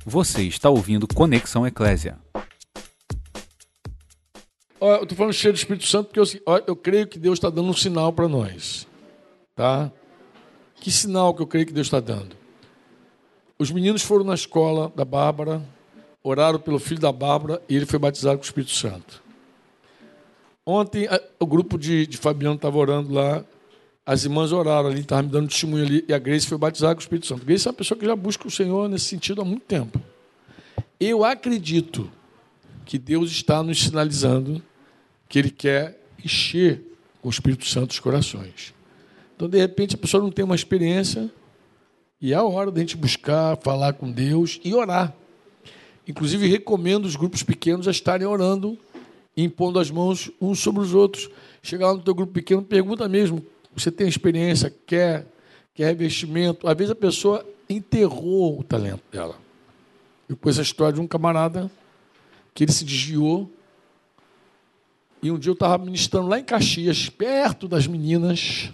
Você está ouvindo Conexão Eclésia. Eu estou falando cheio do Espírito Santo porque eu creio que Deus está dando um sinal para nós. Tá? Que sinal que eu creio que Deus está dando? Os meninos foram na escola da Bárbara, oraram pelo filho da Bárbara e ele foi batizado com o Espírito Santo. Ontem o grupo de Fabiano estava orando lá, as irmãs oraram ali, estavam me dando testemunho ali, e a Grace foi batizada com o Espírito Santo. Grace é uma pessoa que já busca o Senhor nesse sentido há muito tempo. Eu acredito que Deus está nos sinalizando que Ele quer encher com o Espírito Santo os corações. Então, de repente, a pessoa não tem uma experiência e é a hora de a gente buscar, falar com Deus e orar. Inclusive, recomendo os grupos pequenos a estarem orando e impondo as mãos uns sobre os outros. Chega lá no teu grupo pequeno, pergunta mesmo, você tem experiência, quer revestimento? Às vezes a pessoa enterrou o talento dela. Eu conheço a história de um camarada que ele se desviou e um dia eu estava ministrando lá em Caxias, perto das meninas,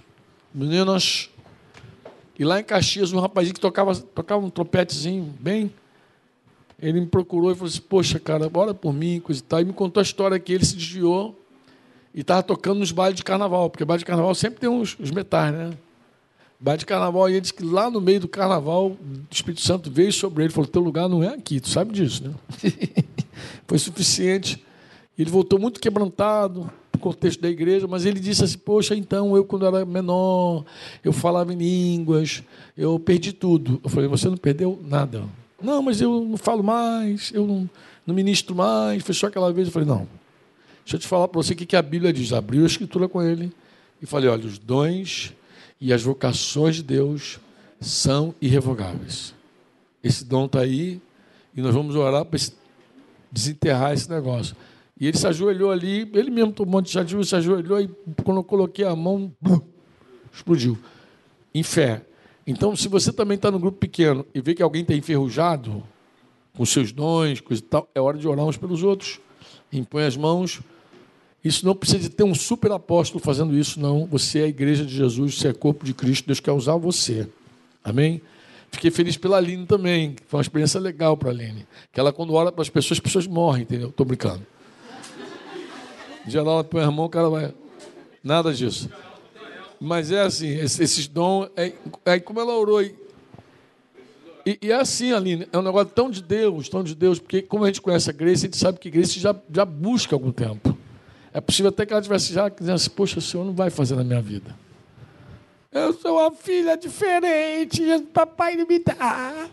e lá em Caxias um rapazinho que tocava um trompetezinho bem, ele me procurou e falou assim, poxa, cara, ora por mim, coisa e tal, e me contou a história que ele se desviou e estava tocando nos bailes de carnaval, porque baile de carnaval sempre tem os metais, né? Baile de carnaval, e ele disse que lá no meio do carnaval, o Espírito Santo veio sobre ele e falou, teu lugar não é aqui, tu sabe disso, né? Foi suficiente. Ele voltou muito quebrantado no contexto da igreja, mas ele disse assim, poxa, então, eu quando era menor, eu falava em línguas, eu perdi tudo. Eu falei, você não perdeu nada. Não, mas eu não falo mais, eu não ministro mais, foi só aquela vez. Eu falei, não, deixa eu te falar para você o que a Bíblia diz. Abriu a Escritura com ele e falei, olha, os dons e as vocações de Deus são irrevogáveis. Esse dom está aí e nós vamos orar para desenterrar esse negócio. E ele se ajoelhou ali, ele mesmo tomou um monte de chá, se ajoelhou e quando eu coloquei a mão, explodiu. Em fé. Então, se você também está no grupo pequeno e vê que alguém está enferrujado com seus dons, coisa e tal, é hora de orar uns pelos outros. Impõe as mãos. Isso não precisa de ter um super apóstolo fazendo isso, não. Você é a igreja de Jesus, você é corpo de Cristo, Deus quer usar você. Amém? Fiquei feliz pela Aline também. Foi uma experiência legal para a Aline. Que ela, quando ora para as pessoas morrem, entendeu? Estou brincando. Em geral, ela põe a mão, o cara vai... Nada disso. Mas é assim, esses dons... Aí como ela orou... E é assim, Aline, é um negócio tão de Deus, porque como a gente conhece a Grace, a gente sabe que a Grace já busca há algum tempo. É possível até que ela tivesse já dizendo assim, poxa, o Senhor não vai fazer na minha vida. Eu sou uma filha diferente, papai não me dá.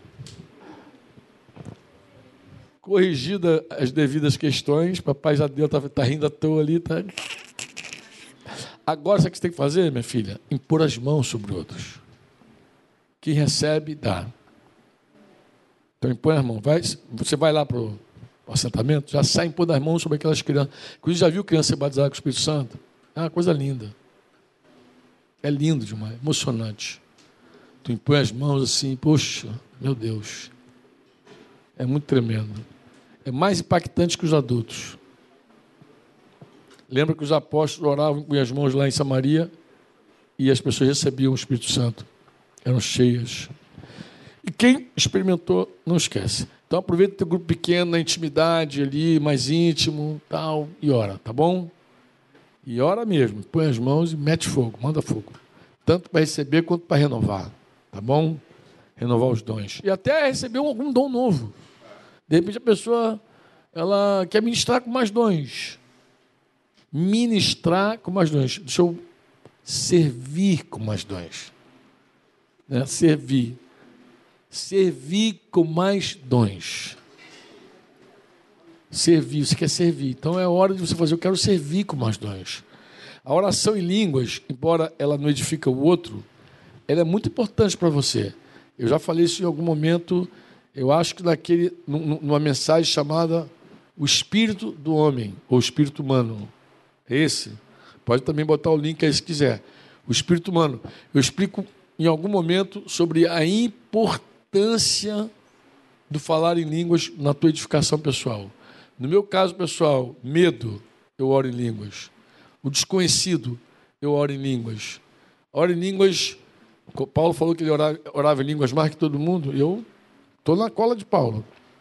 Corrigida as devidas questões, papai já deu, está rindo à toa ali. Tá... Agora, sabe o que você tem que fazer, minha filha? Impor as mãos sobre outros. Quem recebe, dá. Então, impõe as mãos. Você vai lá para o assentamento, já sai impondo as mãos sobre aquelas crianças. Inclusive, já viu criança ser batizada com o Espírito Santo? É uma coisa linda. É lindo demais, emocionante. Tu impõe as mãos assim, poxa, meu Deus. É muito tremendo. É mais impactante que os adultos. Lembra que os apóstolos oravam com as mãos lá em Samaria e as pessoas recebiam o Espírito Santo. Eram cheias. E quem experimentou, não esquece. Então aproveita o teu grupo pequeno, na intimidade ali, mais íntimo, tal, e ora, tá bom? E ora mesmo, põe as mãos e mete fogo, manda fogo. Tanto para receber quanto para renovar, tá bom? Renovar os dons. E até receber algum dom novo. De repente a pessoa ela quer ministrar com mais dons. Ministrar com mais dons. Deixa eu servir com mais dons. Né? Servir com mais dons. Servir, você quer servir. Então é hora de você fazer, eu quero servir com mais dons. A oração em línguas, embora ela não edifique o outro, ela é muito importante para você. Eu já falei isso em algum momento, eu acho que numa mensagem chamada O Espírito do Homem, ou Espírito Humano. Esse, pode também botar o link aí se quiser. O Espírito Humano. Eu explico em algum momento sobre a importância do falar em línguas na tua edificação pessoal. No meu caso pessoal, medo, eu oro em línguas. O desconhecido, eu oro em línguas. Oro em línguas, Paulo falou que ele orava em línguas mais que todo mundo, eu estou na cola de Paulo.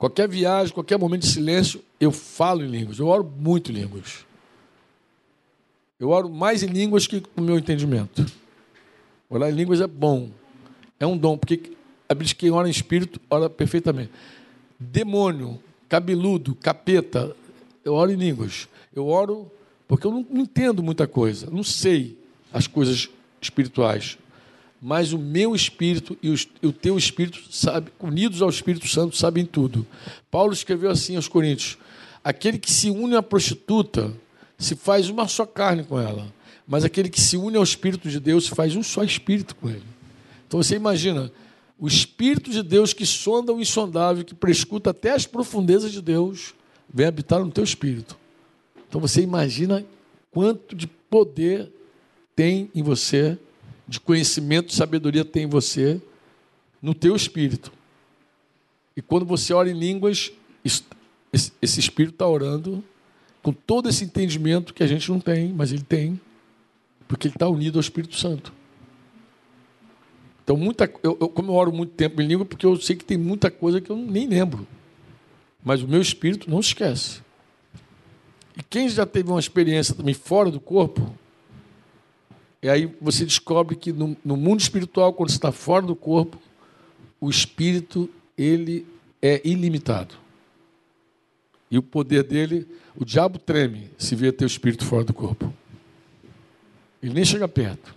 Qualquer viagem, qualquer momento de silêncio, eu falo em línguas. Eu oro muito em línguas. Eu oro mais em línguas que com o meu entendimento. Orar em línguas é bom. É um dom, porque a Bíblia diz que quem ora em espírito, ora perfeitamente. Demônio, cabeludo, capeta, eu oro em línguas. Eu oro porque eu não entendo muita coisa. Não sei as coisas espirituais. Mas o meu espírito e o teu espírito, unidos ao Espírito Santo, sabem tudo. Paulo escreveu assim aos Coríntios: aquele que se une à prostituta se faz uma só carne com ela, mas aquele que se une ao Espírito de Deus se faz um só espírito com ele. Então você imagina, o Espírito de Deus que sonda o insondável, que prescuta até as profundezas de Deus, vem habitar no teu espírito. Então você imagina quanto de poder tem em você, de conhecimento, de sabedoria tem em você, no teu espírito. E quando você ora em línguas, esse espírito está orando com todo esse entendimento que a gente não tem, mas ele tem, porque ele está unido ao Espírito Santo. Então, como eu oro muito tempo em língua, porque eu sei que tem muita coisa que eu nem lembro. Mas o meu espírito não se esquece. E quem já teve uma experiência também fora do corpo, e aí você descobre que no mundo espiritual, quando você está fora do corpo, o espírito, ele é ilimitado. E o poder dele, o diabo treme se vê teu espírito fora do corpo. Ele nem chega perto.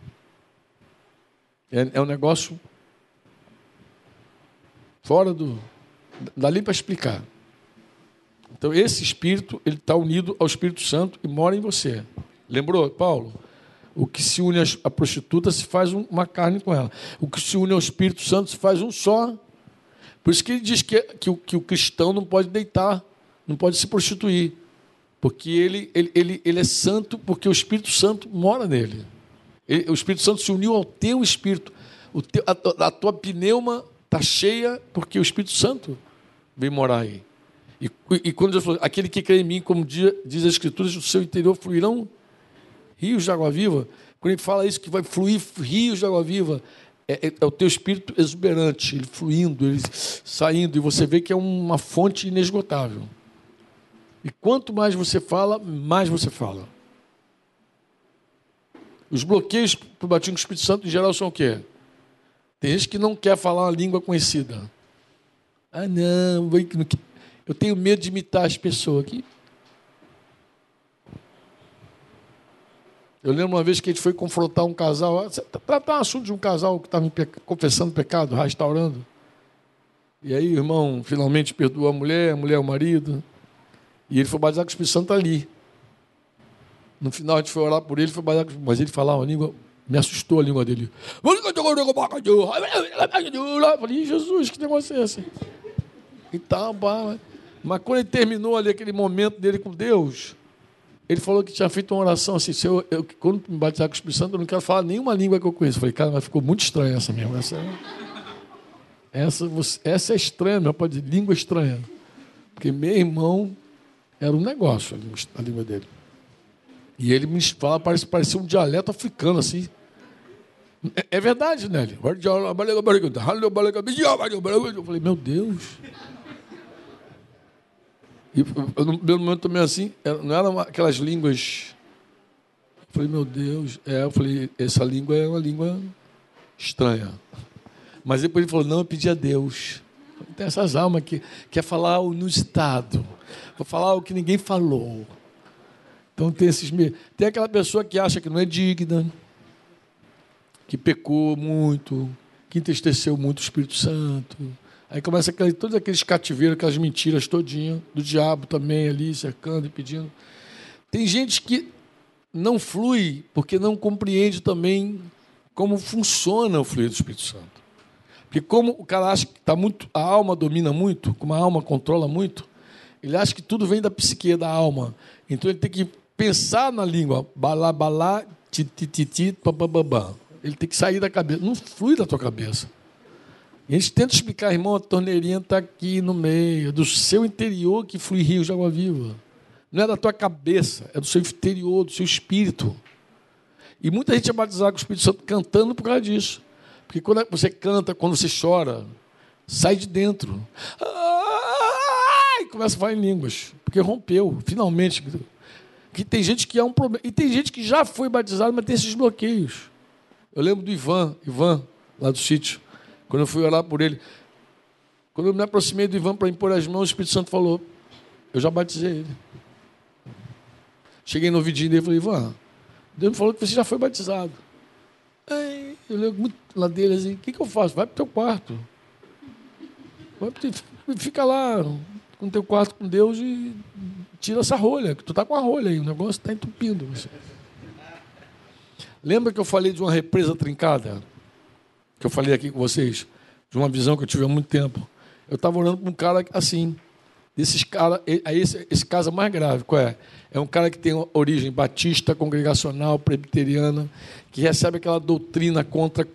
É um negócio fora do... dali para explicar. Então, esse espírito, ele está unido ao Espírito Santo e mora em você. Lembrou, Paulo? O que se une à prostituta se faz uma carne com ela. O que se une ao Espírito Santo se faz um só. Por isso que ele diz que o cristão não pode deitar, não pode se prostituir. Porque ele é santo, porque o Espírito Santo mora nele. O Espírito Santo se uniu ao teu espírito. A tua pneuma está cheia porque o Espírito Santo vem morar aí. E quando Deus falou, aquele que crê em mim, como diz a Escritura, do seu interior fluirão rios de água viva. Quando ele fala isso, que vai fluir rios de água viva, é o teu espírito exuberante, ele fluindo, ele saindo, e você vê que é uma fonte inesgotável. E quanto mais você fala, mais você fala. Os bloqueios para o batismo com o Espírito Santo, em geral, são o quê? Tem gente que não quer falar uma língua conhecida. Ah, não, eu tenho medo de imitar as pessoas aqui. Eu lembro uma vez que a gente foi confrontar um casal, tratar um assunto de um casal que estava confessando pecado, restaurando. E aí o irmão finalmente perdoou a mulher o marido, e ele foi batizado com o Espírito Santo ali. No final a gente foi orar por ele, foi batizado, mas ele falava uma língua, me assustou a língua dele. Eu falei, Jesus, que negócio é esse? E tal, mas quando ele terminou ali aquele momento dele com Deus, ele falou que tinha feito uma oração assim, quando me batizar com o Espírito Santo, eu não quero falar nenhuma língua que eu conheço. Eu falei, cara, mas ficou muito estranha essa mesmo. Essa é estranha, meu pai, de língua estranha. Porque meu irmão era um negócio a língua dele. E ele me fala, parecia um dialeto africano, assim. É verdade, né? Eu falei, meu Deus. E no meu momento também assim, não eram aquelas línguas. Eu falei, meu Deus. Eu falei, essa língua é uma língua estranha. Mas depois ele falou, não, eu pedi a Deus. Tem essas almas que quer falar o inusitado. Vou falar o que ninguém falou. Então tem aquela pessoa que acha que não é digna, que pecou muito, que entristeceu muito o Espírito Santo. Aí começa todos aqueles cativeiros, aquelas mentiras todinhas, do diabo também ali, cercando e pedindo. Tem gente que não flui porque não compreende também como funciona o fluir do Espírito Santo. Porque como o cara acha que a alma domina muito, como a alma controla muito, ele acha que tudo vem da psique, da alma. Então ele tem que pensar na língua, balá, balá, tititi, babababá. Ele tem que sair da cabeça, não flui da tua cabeça. E a gente tenta explicar, irmão, a torneirinha está aqui no meio, é do seu interior que flui rios de água viva. Não é da tua cabeça, é do seu interior, do seu espírito. E muita gente é batizada com o Espírito Santo cantando por causa disso. Porque quando você canta, quando você chora, sai de dentro. começa a falar em línguas, porque rompeu, finalmente. Que tem gente que é um problema. E tem gente que já foi batizado, mas tem esses bloqueios. Eu lembro do Ivan, lá do sítio, quando eu fui orar por ele. Quando eu me aproximei do Ivan para impor as mãos, o Espírito Santo falou, eu já batizei ele. Cheguei no ouvidinho dele e falei, Ivan, Deus me falou que você já foi batizado. Aí, eu lembro muito lá dele assim, o que eu faço? Vai para o teu quarto. Fica lá no teu quarto com Deus e tira essa rolha, que tu está com a rolha aí, o negócio está entupindo. Lembra que eu falei de uma represa trincada? Que eu falei aqui com vocês? De uma visão que eu tive há muito tempo. Eu estava orando para um cara assim, desses caras, esse caso é mais grave, qual é? É um cara que tem origem batista, congregacional, presbiteriana, que recebe aquela doutrina contra,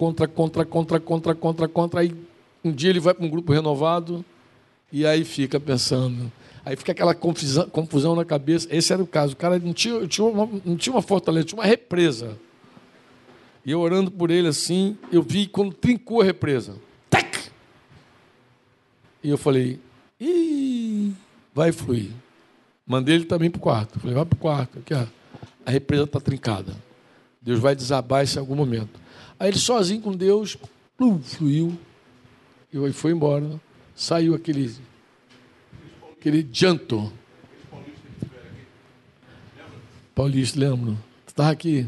aí um dia ele vai para um grupo renovado e aí fica pensando, aí fica aquela confusão na cabeça. Esse era o caso, o cara não tinha uma fortaleza, tinha uma represa. E eu orando por ele assim, eu vi quando trincou a represa. Tac! E eu falei, vai fluir. Mandei ele também para o quarto. Falei, vai para o quarto, aqui, ó. A represa está trincada. Deus vai desabar isso em algum momento. Aí ele sozinho com Deus, fluiu. E aí foi embora. Saiu aquele janto. Paulista, lembro. Tu estava aqui?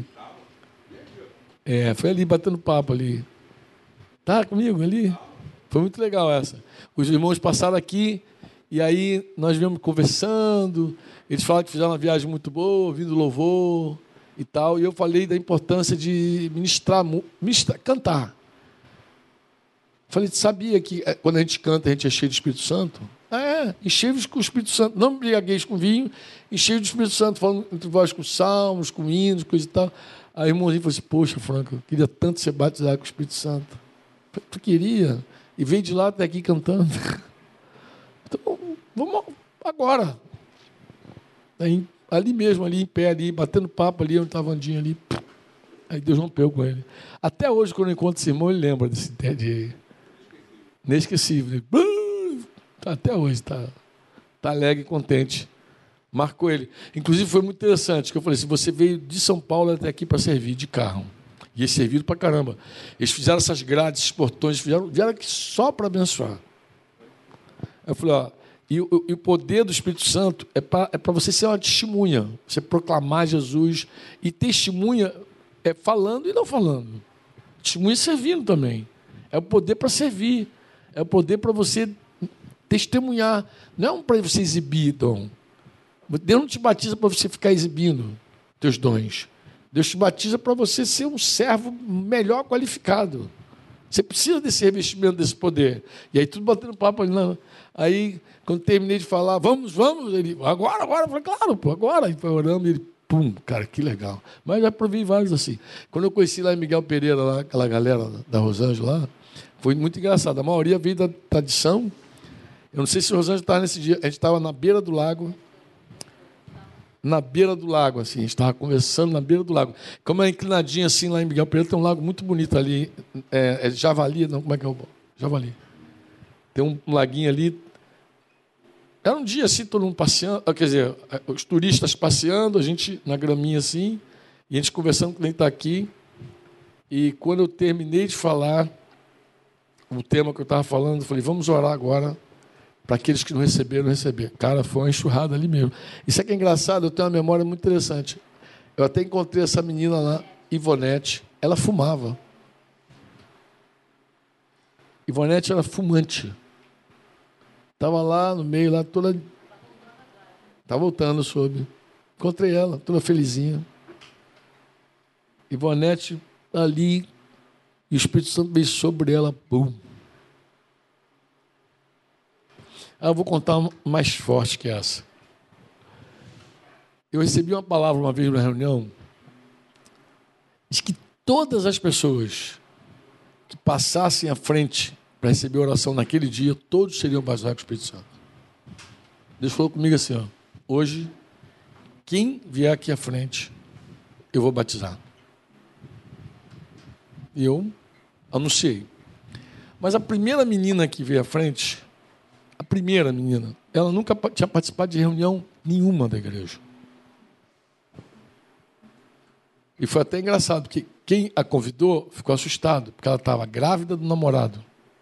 Foi ali, batendo papo ali. Tá comigo ali? Foi muito legal essa. Os irmãos passaram aqui e aí nós viemos conversando. Eles falaram que fizeram uma viagem muito boa, ouvindo louvor e tal. E eu falei da importância de ministrar, cantar. Falei, sabia que quando a gente canta, a gente é cheio do Espírito Santo? Enchei-vos com o Espírito Santo. Não me embriagueis com vinho, enchei do Espírito Santo, falando entre vós com salmos, com hinos, coisa e tal. Aí o irmãozinho falou assim, poxa, Franco, eu queria tanto ser batizado com o Espírito Santo. Tu queria? E veio de lá até aqui cantando. Então, vamos agora. Aí, ali mesmo, ali em pé, ali, batendo papo ali, onde estava o Andinho ali. Aí Deus rompeu com ele. Até hoje, quando eu encontro esse irmão, ele lembra desse TED. Inesquecível. Até hoje está alegre e contente. Marcou ele. Inclusive, foi muito interessante, que eu falei assim, você veio de São Paulo até aqui para servir de carro. E eles serviram para caramba. Eles fizeram essas grades, esses portões, vieram aqui só para abençoar. Eu falei, e o poder do Espírito Santo é para você ser uma testemunha, você proclamar Jesus. E testemunha é falando e não falando. Testemunha servindo também. É o poder para servir. É o poder para você testemunhar. Não é para você exibir dom. Deus não te batiza para você ficar exibindo teus dons. Deus te batiza para você ser um servo melhor qualificado. Você precisa desse revestimento, desse poder. E aí, tudo batendo papo ali. Aí, quando terminei de falar, vamos, ele, agora. Eu falei, claro, agora. E foi orando, e ele, cara, que legal. Mas já provei vários assim. Quando eu conheci lá em Miguel Pereira, lá, aquela galera da Rosângela lá, foi muito engraçado. A maioria veio da tradição. Eu não sei se o Rosângela estava nesse dia. A gente estava na beira do lago. Assim, a gente estava conversando na beira do lago. Como é inclinadinho assim lá em Miguel Pereira, tem um lago muito bonito ali. Javali, não, como é que é o Javali? Tem um laguinho ali. Era um dia assim, todo mundo passeando, quer dizer, os turistas passeando, a gente na graminha assim, e a gente conversando com quem está aqui. E quando eu terminei de falar o tema que eu estava falando, eu falei, vamos orar agora para aqueles que não receberam, receber. Cara, foi uma enxurrada ali mesmo. Isso é que é engraçado, eu tenho uma memória muito interessante. Eu até encontrei essa menina lá, Ivonete, ela fumava. Ivonete era fumante. Estava lá no meio, lá toda... Está voltando sobre. Encontrei ela, toda felizinha. Ivonete ali, e o Espírito Santo veio sobre ela, pum. Eu vou contar uma mais forte que essa. Eu recebi uma palavra uma vez na reunião, diz que todas as pessoas que passassem à frente para receber oração naquele dia, todos seriam batizados com o Espírito Santo. Deus falou comigo assim, hoje, quem vier aqui à frente, eu vou batizar. E eu anunciei. Mas a primeira menina que veio à frente, a primeira menina, ela nunca tinha participado de reunião nenhuma da igreja. E foi até engraçado, porque quem a convidou ficou assustado, porque ela estava grávida do namorado.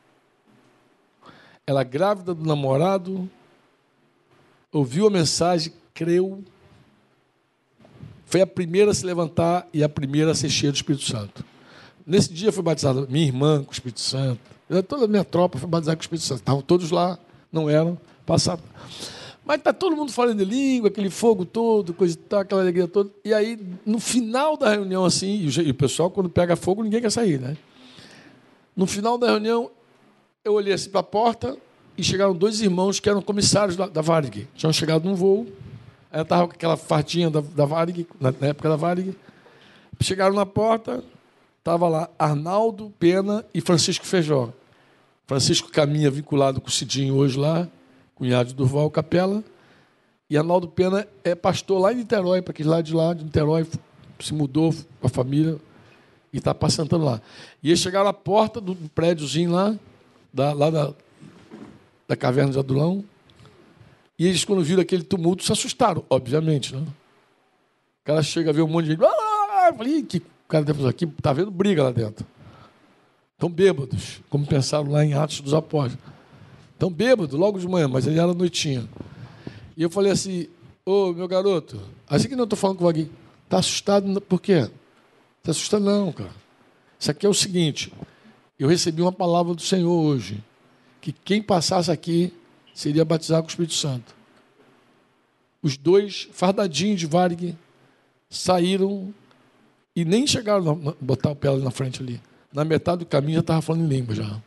Ela, grávida do namorado, ouviu a mensagem, creu, foi a primeira a se levantar e a primeira a ser cheia do Espírito Santo. Nesse dia foi batizada minha irmã com o Espírito Santo. Toda a minha tropa foi batizada com o Espírito Santo. Estavam todos lá, não eram, passaram. Mas está todo mundo falando em língua, aquele fogo todo, coisa e tal, aquela alegria toda. E aí, no final da reunião, assim, e o pessoal, quando pega fogo, ninguém quer sair, né? No final da reunião, eu olhei assim para a porta e chegaram 2 irmãos que eram comissários da Varig. Tinham chegado num voo. Aí eu estava com aquela fardinha da Varig, na época da Varig. Chegaram na porta, estava lá Arnaldo Pena e Francisco Feijó. Francisco caminha vinculado com o Cidinho hoje lá, cunhado de Durval Capela. E Arnaldo Pena é pastor lá em Niterói, para aquele lado de lá, de Niterói, se mudou com a família e está passando lá. E eles chegaram à porta do prédiozinho lá da Caverna de Adulão. E eles, quando viram aquele tumulto, se assustaram, obviamente. Né? O cara chega a ver um monte de gente. Eu falei, que o cara deve fazer aqui, está vendo briga lá dentro. Estão bêbados, como pensaram lá em Atos dos Apóstolos. Estão bêbados, logo de manhã, mas ele era noitinha. E eu falei assim, ô, meu garoto, assim que não estou falando com o Vaguinho, está assustado por quê? Está assustado não, cara. Isso aqui é o seguinte, eu recebi uma palavra do Senhor hoje, que quem passasse aqui seria batizado com o Espírito Santo. Os 2, fardadinhos de Varig, saíram e nem chegaram a botar o pé ali na frente ali. Na metade do caminho já estava falando em língua já.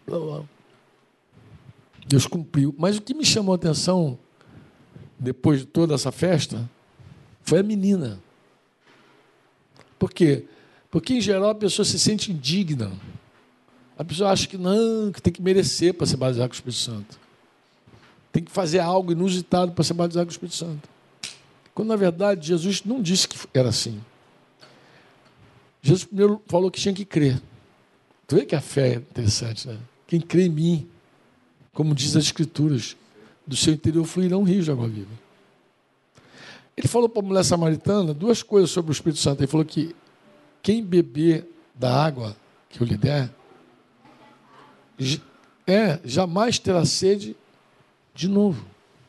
Deus cumpriu. Mas o que me chamou a atenção, depois de toda essa festa, foi a menina. Por quê? Porque, em geral, a pessoa se sente indigna. A pessoa acha que não, que tem que merecer para ser batizado com o Espírito Santo. Tem que fazer algo inusitado para ser batizado com o Espírito Santo. Quando, na verdade, Jesus não disse que era assim. Jesus primeiro falou que tinha que crer. Tu vê que a fé é interessante, né? Quem crê em mim, como diz as Escrituras, do seu interior fluirão rios de água viva. Ele falou para a mulher samaritana 2 coisas sobre o Espírito Santo. Ele falou que quem beber da água que eu lhe der, jamais terá sede de novo.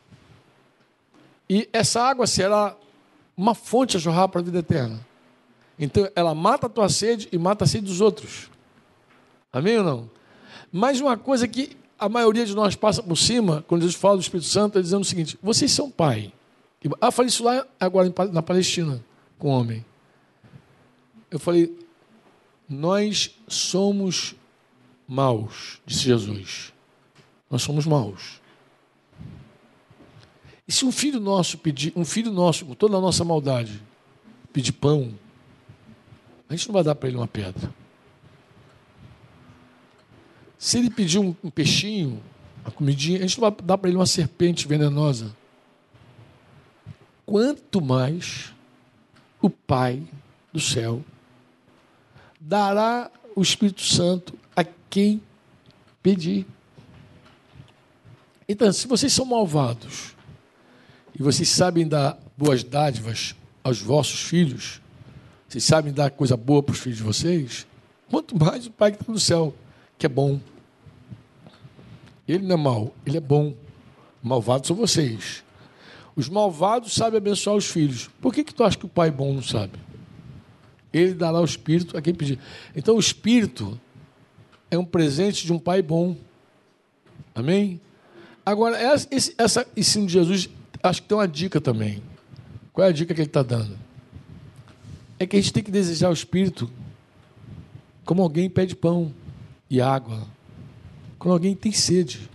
E essa água será uma fonte a jorrar para a vida eterna. Então, ela mata a tua sede e mata a sede dos outros. Amém ou não? Mas uma coisa que a maioria de nós passa por cima, quando Jesus fala do Espírito Santo, é dizendo o seguinte, vocês são pai. Eu falei isso lá agora na Palestina, com o homem. Eu falei, nós somos maus, disse Jesus. Nós somos maus. E se um filho nosso, com toda a nossa maldade, pedir pão, a gente não vai dar para ele uma pedra. Se ele pedir um peixinho, uma comidinha, a gente não vai dar para ele uma serpente venenosa. Quanto mais o Pai do céu dará o Espírito Santo a quem pedir. Então, se vocês são malvados e vocês sabem dar boas dádivas aos vossos filhos, vocês sabem dar coisa boa para os filhos de vocês, quanto mais o Pai que está no céu, que é bom. Ele não é mau, ele é bom. Malvados são vocês. Os malvados sabem abençoar os filhos. Por que tu acha que o pai bom não sabe? Ele dará o Espírito a quem pedir. Então, o Espírito é um presente de um pai bom. Amém? Agora, essa ensino de Jesus, acho que tem uma dica também. Qual é a dica que ele está dando? É que a gente tem que desejar o Espírito como alguém pede pão e água. Quando alguém tem sede.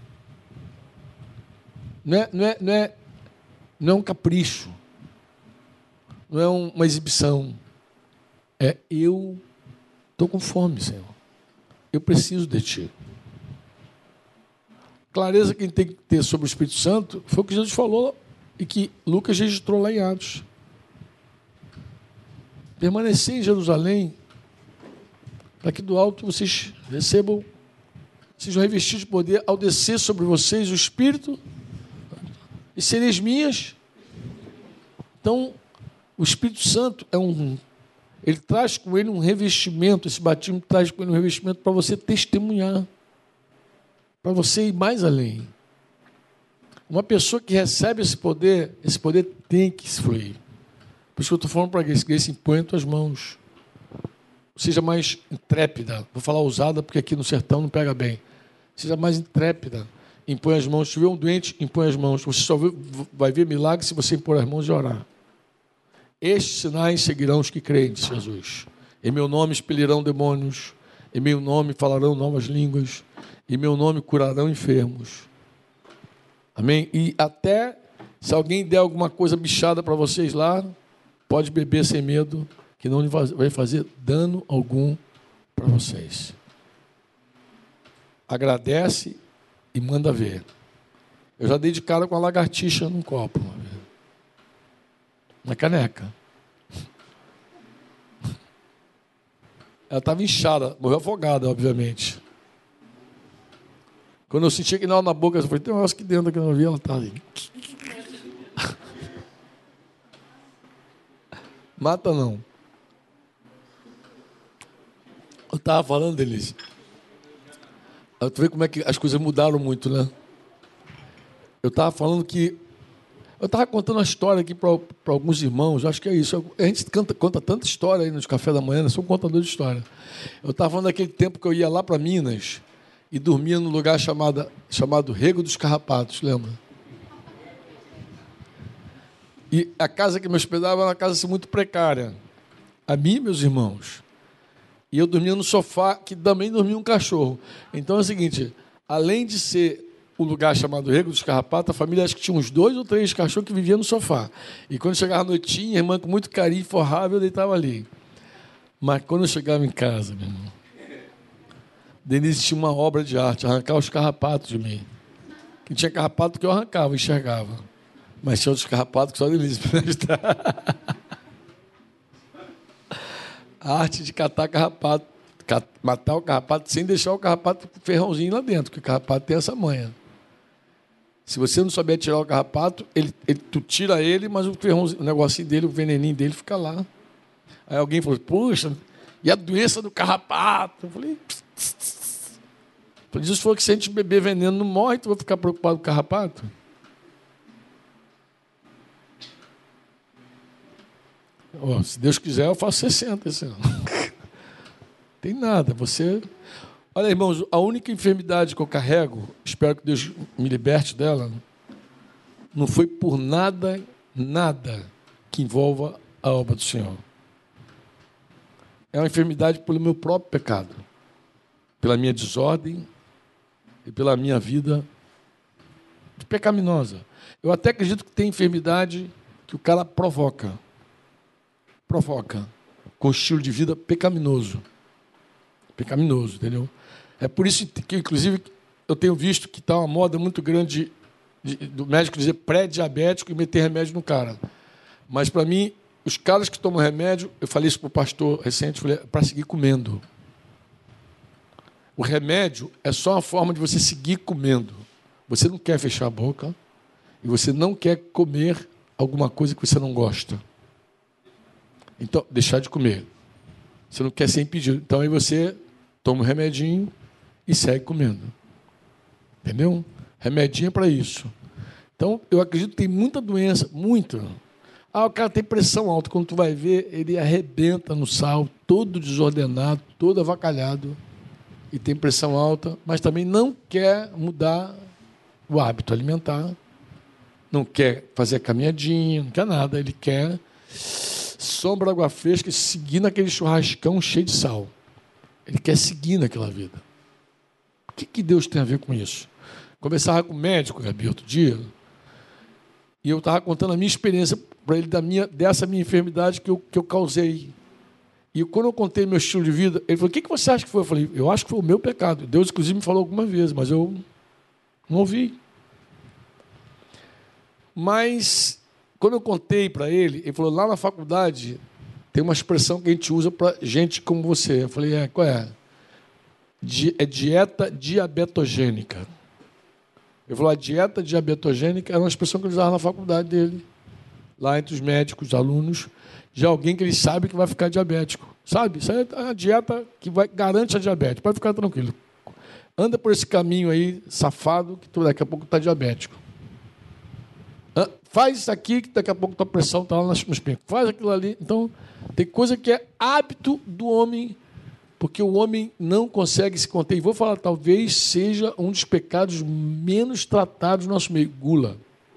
Não é um capricho. Não é uma exibição. É eu estou com fome, Senhor. Eu preciso de Ti. Clareza que a gente tem que ter sobre o Espírito Santo foi o que Jesus falou e que Lucas registrou lá em Atos. Permanecer em Jerusalém para que do alto vocês recebam, sejam revestidos de poder ao descer sobre vocês o Espírito e sereis minhas. Então, o Espírito Santo ele traz com ele um revestimento, esse batismo traz com ele um revestimento para você testemunhar, para você ir mais além. Uma pessoa que recebe esse poder tem que se fluir. Por isso que eu estou falando para a igreja, impõe as tuas mãos. Seja mais intrépida. Vou falar ousada, porque aqui no sertão não pega bem. Seja mais intrépida. Impõe as mãos. Se tiver um doente, impõe as mãos. Você só vai ver milagre se você impor as mãos e orar. Estes sinais seguirão os que creem, disse Jesus. Em meu nome expelirão demônios. Em meu nome falarão novas línguas. Em meu nome curarão enfermos. Amém? E até se alguém der alguma coisa bichada para vocês lá, pode beber sem medo, que não vai fazer dano algum para vocês. Agradece e manda ver. Eu já dei de cara com a lagartixa num copo, na caneca. Ela estava inchada, morreu afogada, obviamente. Quando eu senti que não na boca, eu falei, tem um negócio aqui dentro que eu não vi, ela está ali. Mata não. Eu estava falando, Denise. Tu vê como é que as coisas mudaram muito, né? Eu estava falando que... Eu estava contando uma história aqui para alguns irmãos, acho que é isso. A gente conta tanta história aí nos café da manhã, eu sou um contador de história. Eu estava falando daquele tempo que eu ia lá para Minas e dormia num lugar chamado Rego dos Carrapatos, lembra? E a casa que me hospedava era uma casa assim, muito precária. A mim e meus irmãos. E eu dormia no sofá, que também dormia um cachorro. Então é o seguinte, além de ser o lugar chamado Rego dos Carrapatos, a família acho que tinha uns 2 ou 3 cachorros que viviam no sofá. E quando chegava a noitinha, a irmã com muito carinho forrava, eu deitava ali. Mas quando eu chegava em casa, meu irmão, Denise tinha uma obra de arte, arrancar os carrapatos de mim. Que tinha carrapato que eu arrancava, enxergava. Mas tinha outros carrapatos que só a Denise para me ajudar. A arte de catar carrapato, matar o carrapato sem deixar o carrapato com ferrãozinho lá dentro, porque o carrapato tem essa manha. Se você não souber tirar o carrapato, tu tira ele, mas o ferrãozinho, o negocinho dele, o veneninho dele fica lá. Aí alguém falou, puxa, e a doença do carrapato? Eu falei, Jesus falou que se a gente beber veneno não morre, tu vai ficar preocupado com o carrapato? Oh, se Deus quiser, eu faço 60 esse ano. Tem nada, você... Olha, irmãos, a única enfermidade que eu carrego, espero que Deus me liberte dela, não foi por nada que envolva a obra do Senhor. É uma enfermidade pelo meu próprio pecado, pela minha desordem e pela minha vida pecaminosa. Eu até acredito que tem enfermidade que o cara provoca, com estilo de vida pecaminoso, entendeu? É por isso que, inclusive, eu tenho visto que está uma moda muito grande do médico dizer pré-diabético e meter remédio no cara. Mas, para mim, os caras que tomam remédio, eu falei isso para o pastor recente, falei, para seguir comendo. O remédio é só uma forma de você seguir comendo. Você não quer fechar a boca e você não quer comer alguma coisa que você não gosta. Então, deixar de comer. Você não quer ser impedido. Então, aí você toma um remedinho e segue comendo. Entendeu? Remedinho é para isso. Então, eu acredito que tem muita doença, muita. O cara tem pressão alta. Quando tu vai ver, ele arrebenta no sal, todo desordenado, todo avacalhado, e tem pressão alta, mas também não quer mudar o hábito alimentar, não quer fazer a caminhadinha, não quer nada. Ele quer sombra, água fresca e seguir naquele churrascão cheio de sal. Ele quer seguir naquela vida. O que Deus tem a ver com isso? Conversava com o médico, Gabi, outro dia, e eu estava contando a minha experiência para ele dessa minha enfermidade que eu causei. E quando eu contei meu estilo de vida, ele falou, o que você acha que foi? Eu falei, eu acho que foi o meu pecado. Deus, inclusive, me falou algumas vezes, mas eu não ouvi. Mas, quando eu contei para ele, ele falou, lá na faculdade tem uma expressão que a gente usa para gente como você. Eu falei, qual é? É dieta diabetogênica. Ele falou, a dieta diabetogênica era uma expressão que ele usava na faculdade dele, lá entre os médicos, os alunos, de alguém que ele sabe que vai ficar diabético. Sabe? Isso é a dieta que garante a diabetes. Pode ficar tranquilo. Anda por esse caminho aí, safado, que tu daqui a pouco está diabético. Faz isso aqui, que daqui a pouco tua pressão está lá nos pincos. Faz aquilo ali. Então, tem coisa que é hábito do homem, porque o homem não consegue se conter. E vou falar, talvez seja um dos pecados menos tratados no nosso meio. Gula.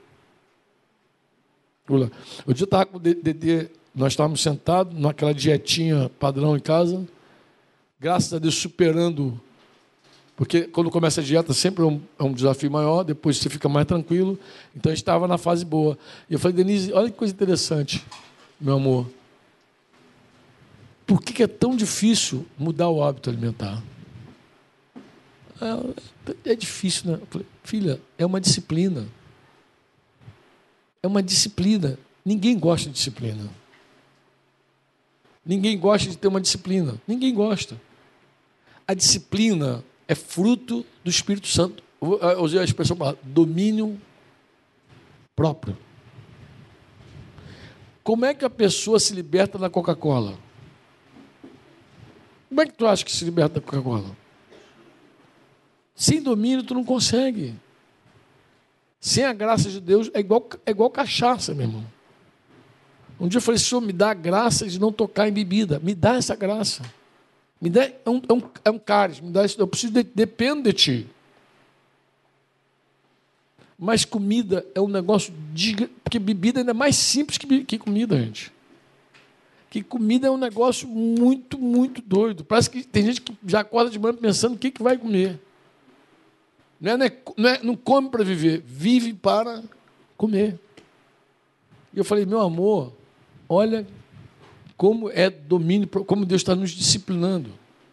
Gula. O dia eu estava com o Dedê, nós estávamos sentados naquela dietinha padrão em casa, graças a Deus superando, porque quando começa a dieta sempre é um desafio maior, depois você fica mais tranquilo. Então a gente estava na fase boa. E eu falei, Denise, olha que coisa interessante, meu amor. Por que é tão difícil mudar o hábito alimentar? É difícil, né? Eu falei, filha, é uma disciplina. É uma disciplina. Ninguém gosta de disciplina. Ninguém gosta de ter uma disciplina. Ninguém gosta. A disciplina é fruto do Espírito Santo. Eu usei a expressão domínio próprio. Como é que a pessoa se liberta da Coca-Cola? Como é que tu acha que se liberta da Coca-Cola? Sem domínio tu não consegue. Sem a graça de Deus é igual cachaça, meu irmão. Um dia eu falei, Senhor, me dá a graça de não tocar em bebida. Me dá essa graça. Me dá, é um cálice, me dá isso. Eu preciso dependo de ti. Mas comida é um negócio porque bebida ainda é mais simples que comida, gente. Que comida é um negócio muito, muito doido. Parece que tem gente que já acorda de manhã pensando o que vai comer. Não come para viver, vive para comer. E eu falei, meu amor, olha como é domínio, como Deus está nos disciplinando.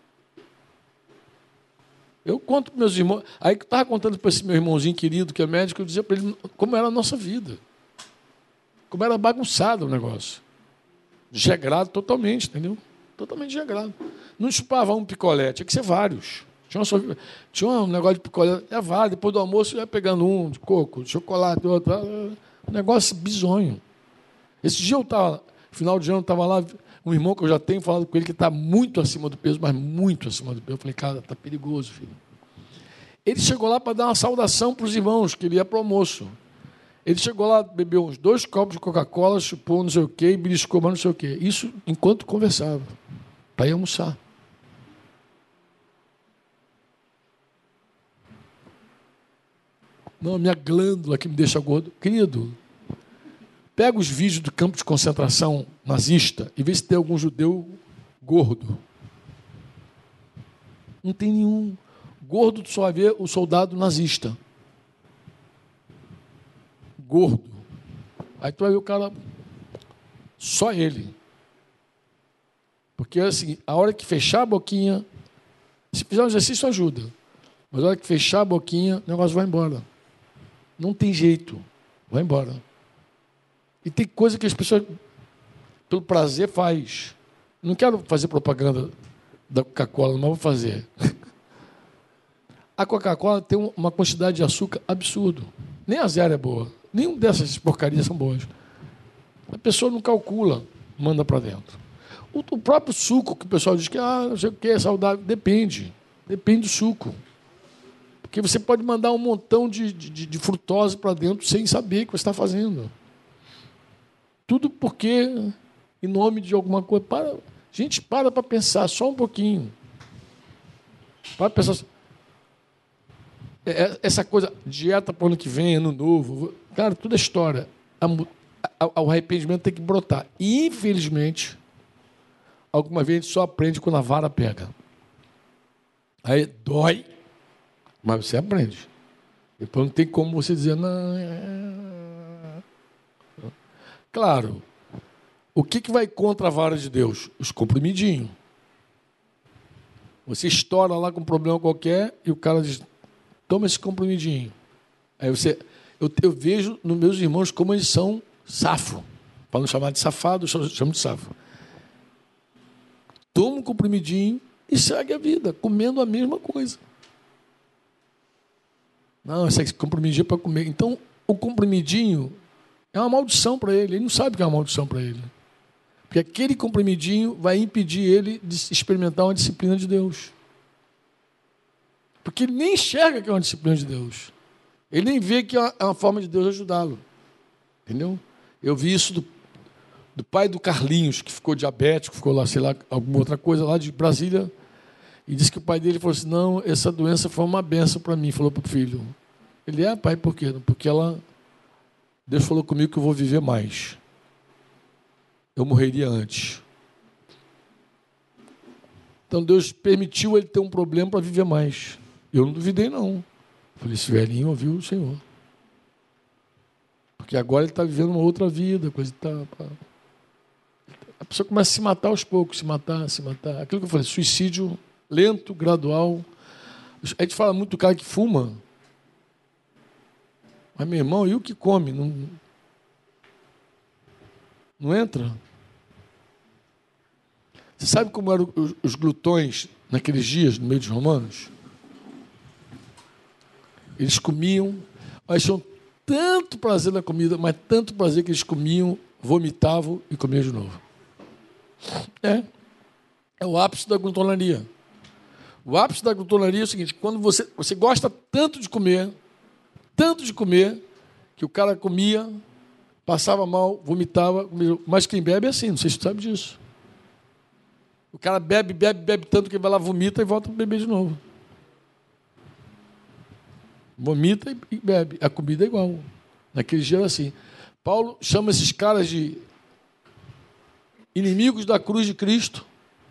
Eu conto para meus irmãos, aí que eu estava contando para esse meu irmãozinho querido, que é médico, eu dizia para ele como era a nossa vida. Como era bagunçado o negócio. Regrado totalmente, entendeu? Totalmente regrado. Não chupava um picolé, tinha que ser vários. Tinha um negócio de picolé, vários. Depois do almoço, ia pegando um de coco, de chocolate, outro. Um negócio bizonho. Esse dia eu estava, final de ano, estava lá, um irmão que eu já tenho falado com ele, que está muito acima do peso, mas muito acima do peso. Eu falei, cara, está perigoso, filho. Ele chegou lá para dar uma saudação para os irmãos, que ele ia para o almoço. Ele chegou lá, bebeu uns 2 copos de Coca-Cola, chupou não sei o quê, beliscou, mas não sei o quê. Isso enquanto conversava, para ir almoçar. Não, a minha glândula que me deixa gordo. Querido, pega os vídeos do campo de concentração nazista e vê se tem algum judeu gordo. Não tem nenhum. Gordo, tu só vai ver o soldado nazista. Gordo. Aí tu vai ver o cara, só ele. Porque é assim, a hora que fechar a boquinha, se fizer um exercício ajuda, mas a hora que fechar a boquinha, o negócio vai embora. Não tem jeito, vai embora. E tem coisa que as pessoas, pelo prazer, faz. Não quero fazer propaganda da Coca-Cola, mas vou fazer. A Coca-Cola tem uma quantidade de açúcar absurdo. Nem a zero é boa. Nenhuma dessas porcarias são boas. A pessoa não calcula, manda para dentro. O próprio suco, que o pessoal diz que não sei o que é saudável, depende. Depende do suco. Porque você pode mandar um montão de frutose para dentro sem saber o que você está fazendo. Tudo porque, em nome de alguma coisa. Gente, para pensar só um pouquinho. Para pensar. Essa coisa, dieta para o ano que vem, ano novo. Cara, tudo é história. O arrependimento tem que brotar. E, infelizmente, alguma vez a gente só aprende quando a vara pega. Aí dói, mas você aprende. Depois não tem como você dizer, não. Claro, o que vai contra a vara de Deus? Os comprimidinhos. Você estoura lá com um problema qualquer e o cara diz, toma esse comprimidinho. Aí eu vejo nos meus irmãos como eles são safo. Para não chamar de safado, eu chamo de safo. Toma um comprimidinho e segue a vida, comendo a mesma coisa. Não, esse comprimidinho é para comer. Então, o comprimidinho é uma maldição para ele. Ele não sabe que é uma maldição para ele. Porque aquele comprimidinho vai impedir ele de experimentar uma disciplina de Deus. Porque ele nem enxerga que é uma disciplina de Deus. Ele nem vê que é uma forma de Deus ajudá-lo. Entendeu? Eu vi isso do pai do Carlinhos, que ficou diabético, ficou lá, sei lá, alguma outra coisa lá de Brasília, e disse que o pai dele falou assim, não, essa doença foi uma benção para mim, falou para o filho. Ele, pai, por quê? Porque Deus falou comigo que eu vou viver mais. Eu morreria antes. Então Deus permitiu ele ter um problema para viver mais. Eu não duvidei, não. Falei, esse velhinho ouviu o Senhor. Porque agora ele está vivendo uma outra vida, coisa e tal. A pessoa começa a se matar aos poucos, se matar. Aquilo que eu falei, suicídio lento, gradual. A gente fala muito do cara que fuma. Mas, meu irmão, e o que come? Não entra? Você sabe como eram os glutões naqueles dias, no meio dos romanos? Eles comiam, mas tinham tanto prazer na comida, mas tanto prazer que eles comiam, vomitavam e comiam de novo. É o ápice da glutonaria. O ápice da glutonaria é o seguinte, quando você gosta tanto de comer, que o cara comia, passava mal, vomitava, mas quem bebe é assim, não sei se você sabe disso. O cara bebe tanto que vai lá, vomita e volta a beber de novo. Vomita e bebe. A comida é igual. Naquele dia era assim. Paulo chama esses caras de inimigos da cruz de Cristo.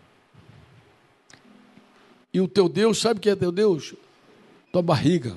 E o teu Deus, sabe o que é teu Deus? Tua barriga.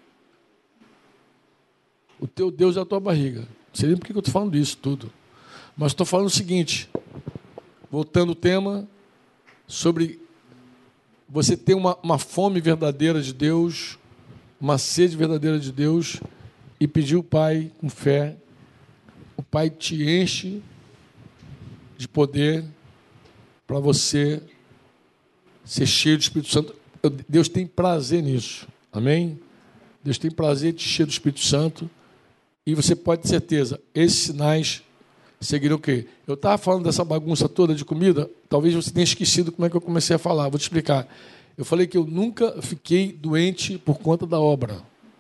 O teu Deus é a tua barriga. Não sei nem por que eu estou falando isso tudo. Mas estou falando o seguinte, voltando ao tema, sobre você ter uma fome verdadeira de Deus, uma sede verdadeira de Deus, e pedir ao Pai com fé. O Pai te enche de poder para você ser cheio do Espírito Santo. Deus tem prazer nisso. Amém? Deus tem prazer de te encher do Espírito Santo. E você pode ter certeza, esses sinais seguirão o quê? Eu estava falando dessa bagunça toda de comida, talvez você tenha esquecido como é que eu comecei a falar. Vou te explicar. Eu falei que eu nunca fiquei doente por conta da obra.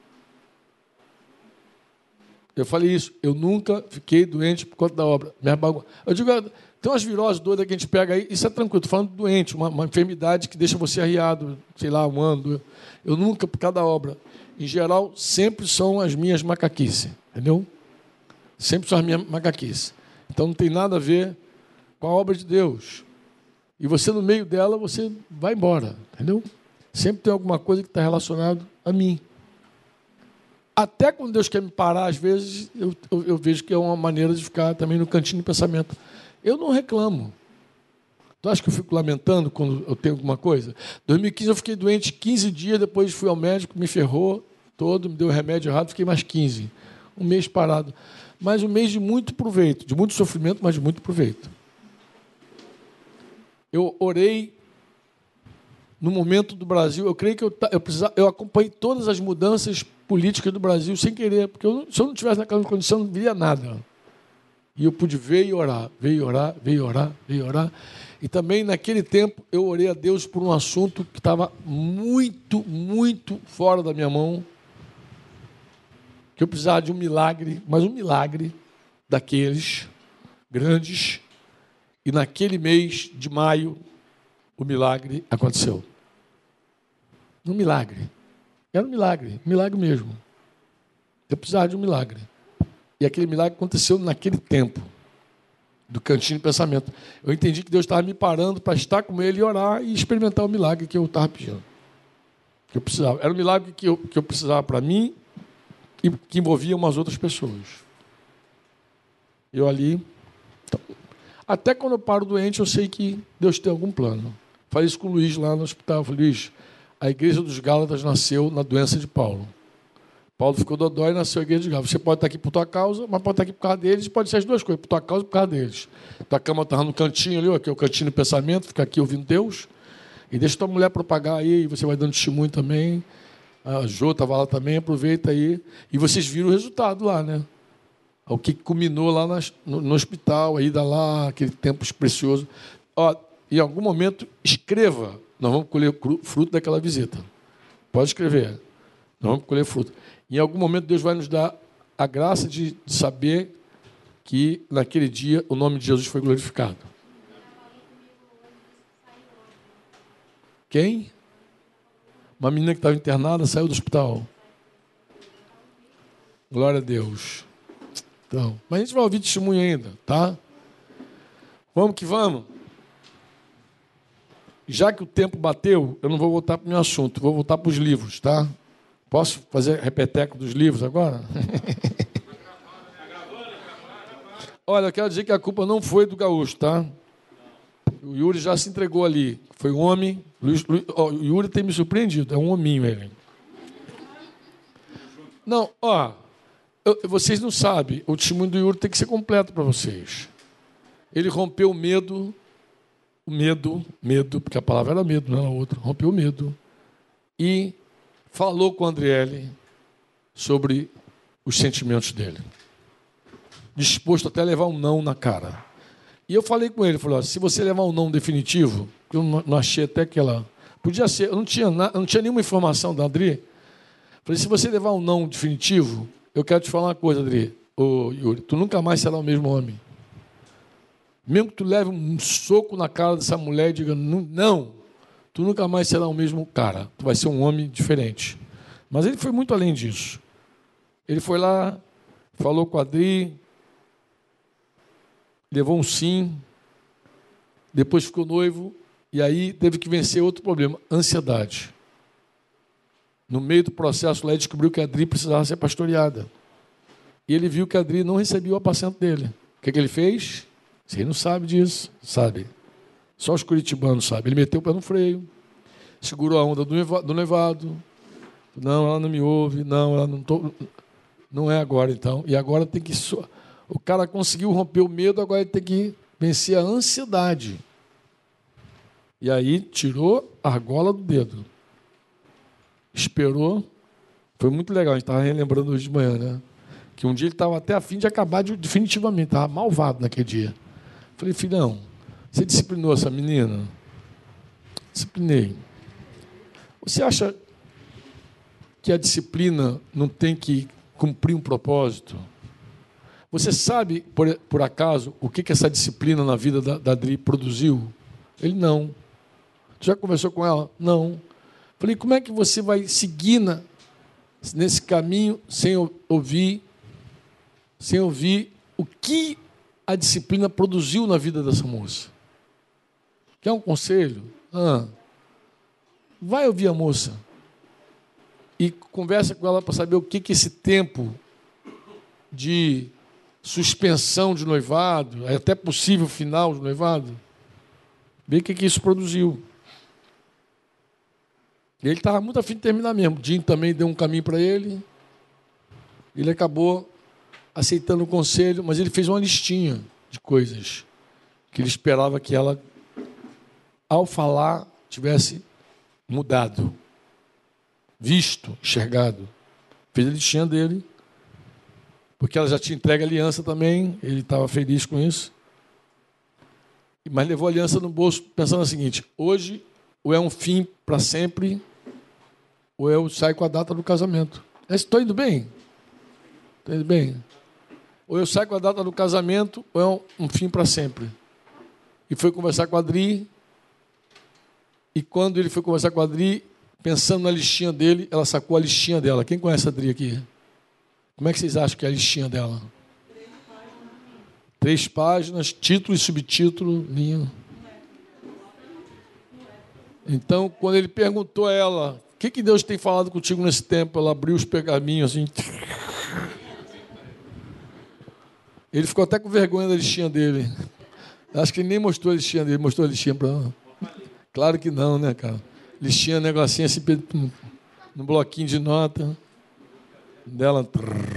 Eu falei isso. Eu nunca fiquei doente por conta da obra. Eu digo, tem umas viroses doidas que a gente pega aí, isso é tranquilo. Estou falando de doente, uma enfermidade que deixa você arriado, sei lá, um ano. Eu nunca, por causa da obra. Em geral, sempre são as minhas macaquices. Entendeu? Sempre são as minhas macaquices. Então, não tem nada a ver com a obra de Deus. E você, no meio dela, você vai embora. Entendeu? Sempre tem alguma coisa que está relacionada a mim. Até quando Deus quer me parar, às vezes, eu vejo que é uma maneira de ficar também no cantinho de pensamento. Eu não reclamo. Tu acha que eu fico lamentando quando eu tenho alguma coisa? Em 2015 eu fiquei doente 15 dias, depois fui ao médico, me ferrou todo, me deu o remédio errado, fiquei mais 15. Um mês parado. Mas um mês de muito proveito, de muito sofrimento, mas de muito proveito. Eu orei no momento do Brasil, eu creio que eu acompanhei todas as mudanças políticas do Brasil sem querer, porque se eu não tivesse naquela condição, não viria nada. E eu pude ver e orar, E também, naquele tempo, eu orei a Deus por um assunto que estava muito, muito fora da minha mão, que eu precisava de um milagre, mas um milagre daqueles grandes. E naquele mês de maio, o milagre aconteceu. Um milagre. Era um milagre mesmo. Eu precisava de um milagre. E aquele milagre aconteceu naquele tempo, do cantinho de pensamento. Eu entendi que Deus estava me parando para estar com Ele e orar e experimentar o milagre que eu estava pedindo. Que eu precisava. Era um milagre que eu precisava para mim e que envolvia umas outras pessoas. Eu ali... Até quando eu paro doente, eu sei que Deus tem algum plano. Falei isso com o Luiz lá no hospital. Falei, Luiz, a igreja dos Gálatas nasceu na doença de Paulo. Paulo ficou dodói e nasceu a igreja dos Gálatas. Você pode estar aqui por tua causa, mas pode estar aqui por causa deles, pode ser as duas coisas, por tua causa e por causa deles. Tua cama estava no cantinho ali, aqui é o cantinho do pensamento, fica aqui ouvindo Deus, e deixa tua mulher propagar aí, e você vai dando testemunho também. A Jô estava lá também, aproveita aí. E vocês viram o resultado lá, né? O que culminou lá no hospital, a ida lá, aquele tempo precioso. Ó, em algum momento, escreva. Nós vamos colher fruto daquela visita. Pode escrever. Nós vamos colher fruto. Em algum momento, Deus vai nos dar a graça de saber que, naquele dia, o nome de Jesus foi glorificado. Quem? Uma menina que estava internada saiu do hospital. Glória a Deus. Então, mas a gente vai ouvir testemunho ainda, tá? Vamos que vamos. Já que o tempo bateu, eu não vou voltar para o meu assunto, vou voltar para os livros, tá? Posso fazer repeteco dos livros agora? Olha, eu quero dizer que a culpa não foi do Gaúcho, tá? O Yuri já se entregou ali. Foi um homem. O Yuri tem me surpreendido. É um hominho ele. Não, ó. Vocês não sabem. O testemunho do Yuri tem que ser completo para vocês. Ele rompeu o medo. Medo, porque a palavra era medo, não era outra. Rompeu o medo. E falou com a Andriele sobre os sentimentos dele. Disposto até a levar um não na cara. E eu falei com ele, falei, ó, se você levar um não definitivo, eu não achei até que ela... Podia ser, eu não tinha nenhuma informação da André. Falei, se você levar um não definitivo, eu quero te falar uma coisa, André. Ô, Yuri, tu nunca mais será o mesmo homem. Mesmo que tu leve um soco na cara dessa mulher e diga, não, tu nunca mais será o mesmo cara. Tu vai ser um homem diferente. Mas ele foi muito além disso. Ele foi lá, falou com a Adri, levou um sim, depois ficou noivo, e aí teve que vencer outro problema, ansiedade. No meio do processo lá, ele descobriu que a Adri precisava ser pastoreada. E ele viu que a Adri não recebia o apacento dele. O que ele fez? Você não sabe disso, sabe? Só os curitibanos sabem. Ele meteu o pé no freio, segurou a onda do noivado. Não, ela não me ouve, não, ela não é agora, então. E agora tem que... O cara conseguiu romper o medo, agora ele tem que vencer a ansiedade. E aí tirou a argola do dedo. Esperou. Foi muito legal, a gente estava relembrando hoje de manhã, né? Que um dia ele estava até a fim de acabar definitivamente, estava malvado naquele dia. Falei, filhão, você disciplinou essa menina? Disciplinei. Você acha que a disciplina não tem que cumprir um propósito? Você sabe, por acaso, o que essa disciplina na vida da Adri produziu? Ele, não. Tu já conversou com ela? Não. Falei, como é que você vai seguir nesse caminho sem ouvir o que a disciplina produziu na vida dessa moça? Quer um conselho? Vai ouvir a moça e conversa com ela para saber o que esse tempo de suspensão de noivado, é até possível final de noivado, vê o que isso produziu. Ele estava muito a fim de terminar mesmo. O Jim também deu um caminho para ele. Ele acabou aceitando o conselho, mas ele fez uma listinha de coisas que ele esperava que ela, ao falar, tivesse mudado, visto, enxergado. Fez a listinha dele, porque ela já tinha entregue a aliança também, ele estava feliz com isso. Mas levou a aliança no bolso, pensando o seguinte, hoje, ou é um fim para sempre, ou eu saio com a data do casamento. Estou indo bem? Estou indo bem? Ou eu saio com a data do casamento, ou é um fim para sempre. E foi conversar com a Adri, e quando ele foi conversar com a Adri, pensando na listinha dele, ela sacou a listinha dela. Quem conhece a Adri aqui? Como é que vocês acham que é a listinha dela? 3 páginas, título e subtítulo, linha. Então, quando ele perguntou a ela, o que Deus tem falado contigo nesse tempo? Ela abriu os pergaminhos assim. Ele ficou até com vergonha da listinha dele. Acho que ele nem mostrou a listinha dele. Mostrou a listinha para ela? Claro que não, né, cara? Listinha, negocinho assim, no bloquinho de nota. Dela.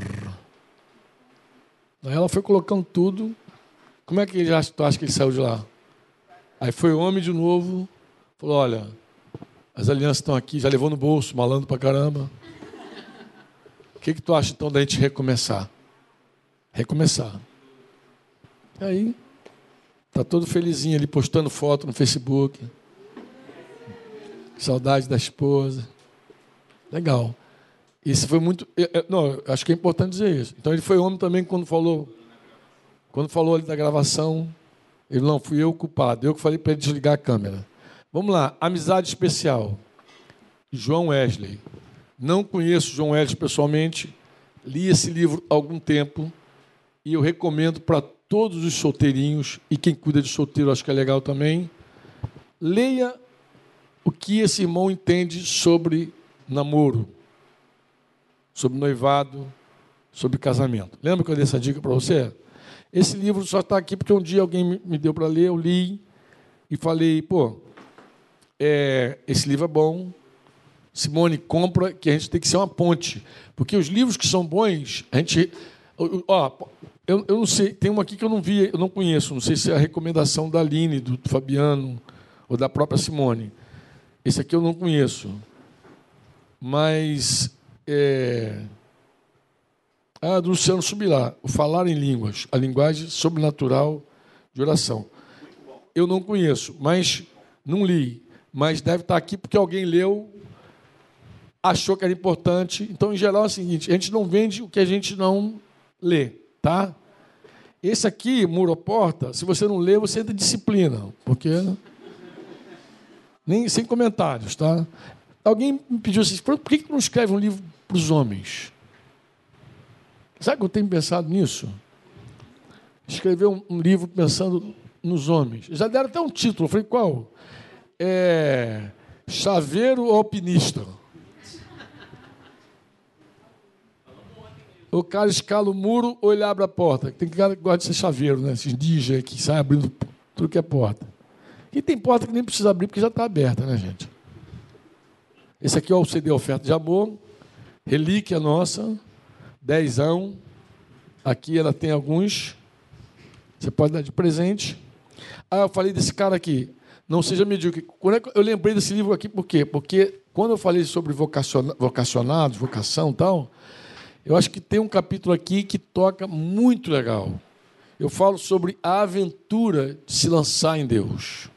Aí ela foi colocando tudo. Como é que tu acha que ele saiu de lá? Aí foi homem de novo. Falou, olha, As alianças estão aqui, já levou no bolso, malandro pra caramba. O que tu acha, então, da gente recomeçar? Recomeçar. E aí, tá todo felizinho ali, postando foto no Facebook. Saudade da esposa. Legal. Isso foi muito... Não, acho que é importante dizer isso. Então, ele foi homem também quando falou ali da gravação. Ele não fui eu o culpado. Eu que falei para ele desligar a câmera. Vamos lá. Amizade especial. João Wesley. Não conheço João Wesley pessoalmente. Li esse livro há algum tempo. E eu recomendo para todos os solteirinhos. E quem cuida de solteiro, acho que é legal também. Leia o que esse irmão entende sobre namoro, sobre noivado, sobre casamento. Lembra que eu dei essa dica para você? Esse livro só está aqui porque um dia alguém me deu para ler, eu li e falei, esse livro é bom, Simone, compra, que a gente tem que ser uma ponte. Porque os livros que são bons, a gente... eu não sei, tem um aqui que eu não vi, eu não conheço, não sei se é a recomendação da Aline, do Fabiano, ou da própria Simone. Esse aqui eu não conheço. Mas... do Luciano Subirá, o Falar em Línguas, a linguagem sobrenatural de oração. Eu não conheço, mas não li. Mas deve estar aqui porque alguém leu, achou que era importante. Então, em geral, é o seguinte, a gente não vende o que a gente não lê, tá? Esse aqui, Muro à Porta, se você não lê, você entra em disciplina, porque... Nem sem comentários, tá? Alguém me pediu assim, por que tu não escreve um livro para os homens? Sabe que eu tenho pensado nisso? Escrever um livro pensando nos homens. Já deram até um título, eu falei, qual? Chaveiro ou alpinista? O cara escala o muro ou ele abre a porta? Tem cara que gosta de ser chaveiro, né? Esses DJ que saem abrindo tudo que é porta. E tem porta que nem precisa abrir porque já está aberta, né, gente? Esse aqui é o CD Oferta de Amor, relíquia nossa, 10ão. Aqui ela tem alguns. Você pode dar de presente. Eu falei desse cara aqui, Não Seja Medíocre. Eu lembrei desse livro aqui por quê? Porque quando eu falei sobre vocacionados, vocação e tal, eu acho que tem um capítulo aqui que toca muito legal. Eu falo sobre a aventura de se lançar em Deus.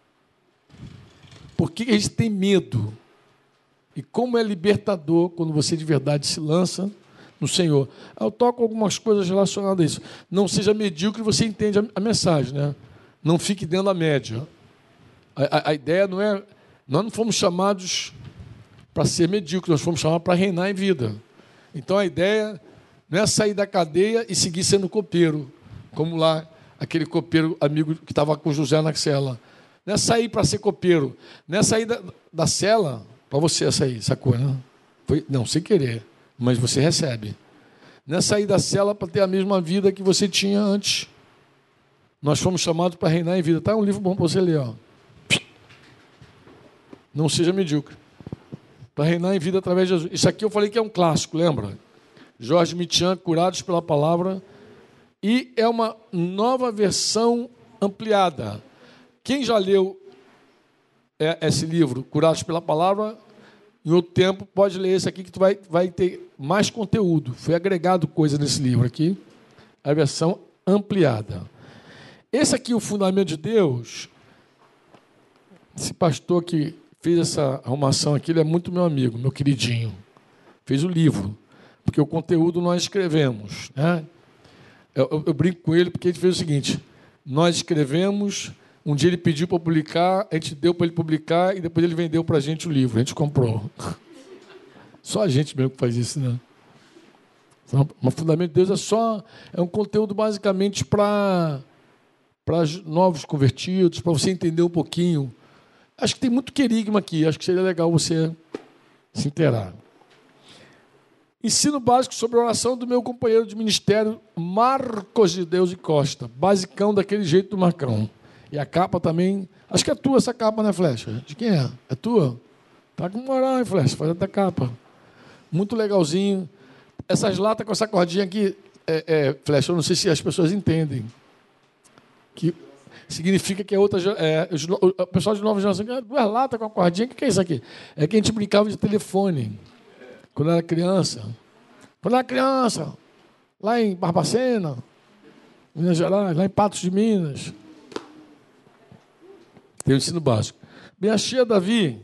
Por que a gente tem medo? E como é libertador quando você de verdade se lança no Senhor. Eu toco algumas coisas relacionadas a isso. Não seja medíocre, você entende a mensagem, né? Não fique dentro da média. A ideia não é... Nós não fomos chamados para ser medíocres, nós fomos chamados para reinar em vida. Então a ideia não é sair da cadeia e seguir sendo copeiro, como lá aquele copeiro amigo que estava com José na cela. Não é sair para ser copeiro, não é sair da cela para você sair, sacou, né? Não, sem querer, mas você recebe. Não é sair da cela para ter a mesma vida que você tinha antes. Nós fomos chamados para reinar em vida. Tá, um livro bom para você ler, ó. Não seja medíocre. Para reinar em vida através de Jesus. Isso aqui eu falei que é um clássico, lembra? Jorge Mitian, Curados pela Palavra. E é uma nova versão ampliada. Quem já leu esse livro, Curados pela Palavra, em outro tempo, pode ler esse aqui que tu vai ter mais conteúdo. Foi agregado coisa nesse livro aqui. A versão ampliada. Esse aqui, o Fundamento de Deus, esse pastor que fez essa arrumação aqui, ele é muito meu amigo, meu queridinho. Fez o livro, porque o conteúdo nós escrevemos, né? Eu brinco com ele porque ele fez o seguinte, nós escrevemos, um dia ele pediu para publicar, a gente deu para ele publicar e depois ele vendeu para a gente o livro, a gente comprou. Só a gente mesmo que faz isso, né? O Fundamento de Deus é um conteúdo basicamente para novos convertidos, para você entender um pouquinho. Acho que tem muito querigma aqui, acho que seria legal você se inteirar. Ensino básico sobre a oração do meu companheiro de ministério, Marcos de Deus e Costa. Basicão daquele jeito do Marcão. E a capa também... Acho que é tua essa capa, né, Flecha? De quem é? É tua? Tá com moral, hein, Flecha? Faz até capa. Muito legalzinho. Essas latas com essa cordinha aqui, Flecha, eu não sei se as pessoas entendem. Que significa que é outra... o pessoal de nova geração, duas latas com a cordinha, o que é isso aqui? É que a gente brincava de telefone quando era criança. Quando era criança, lá em Barbacena, Minas Gerais, lá em Patos de Minas. Tem o ensino básico. Bem, Achei Davi.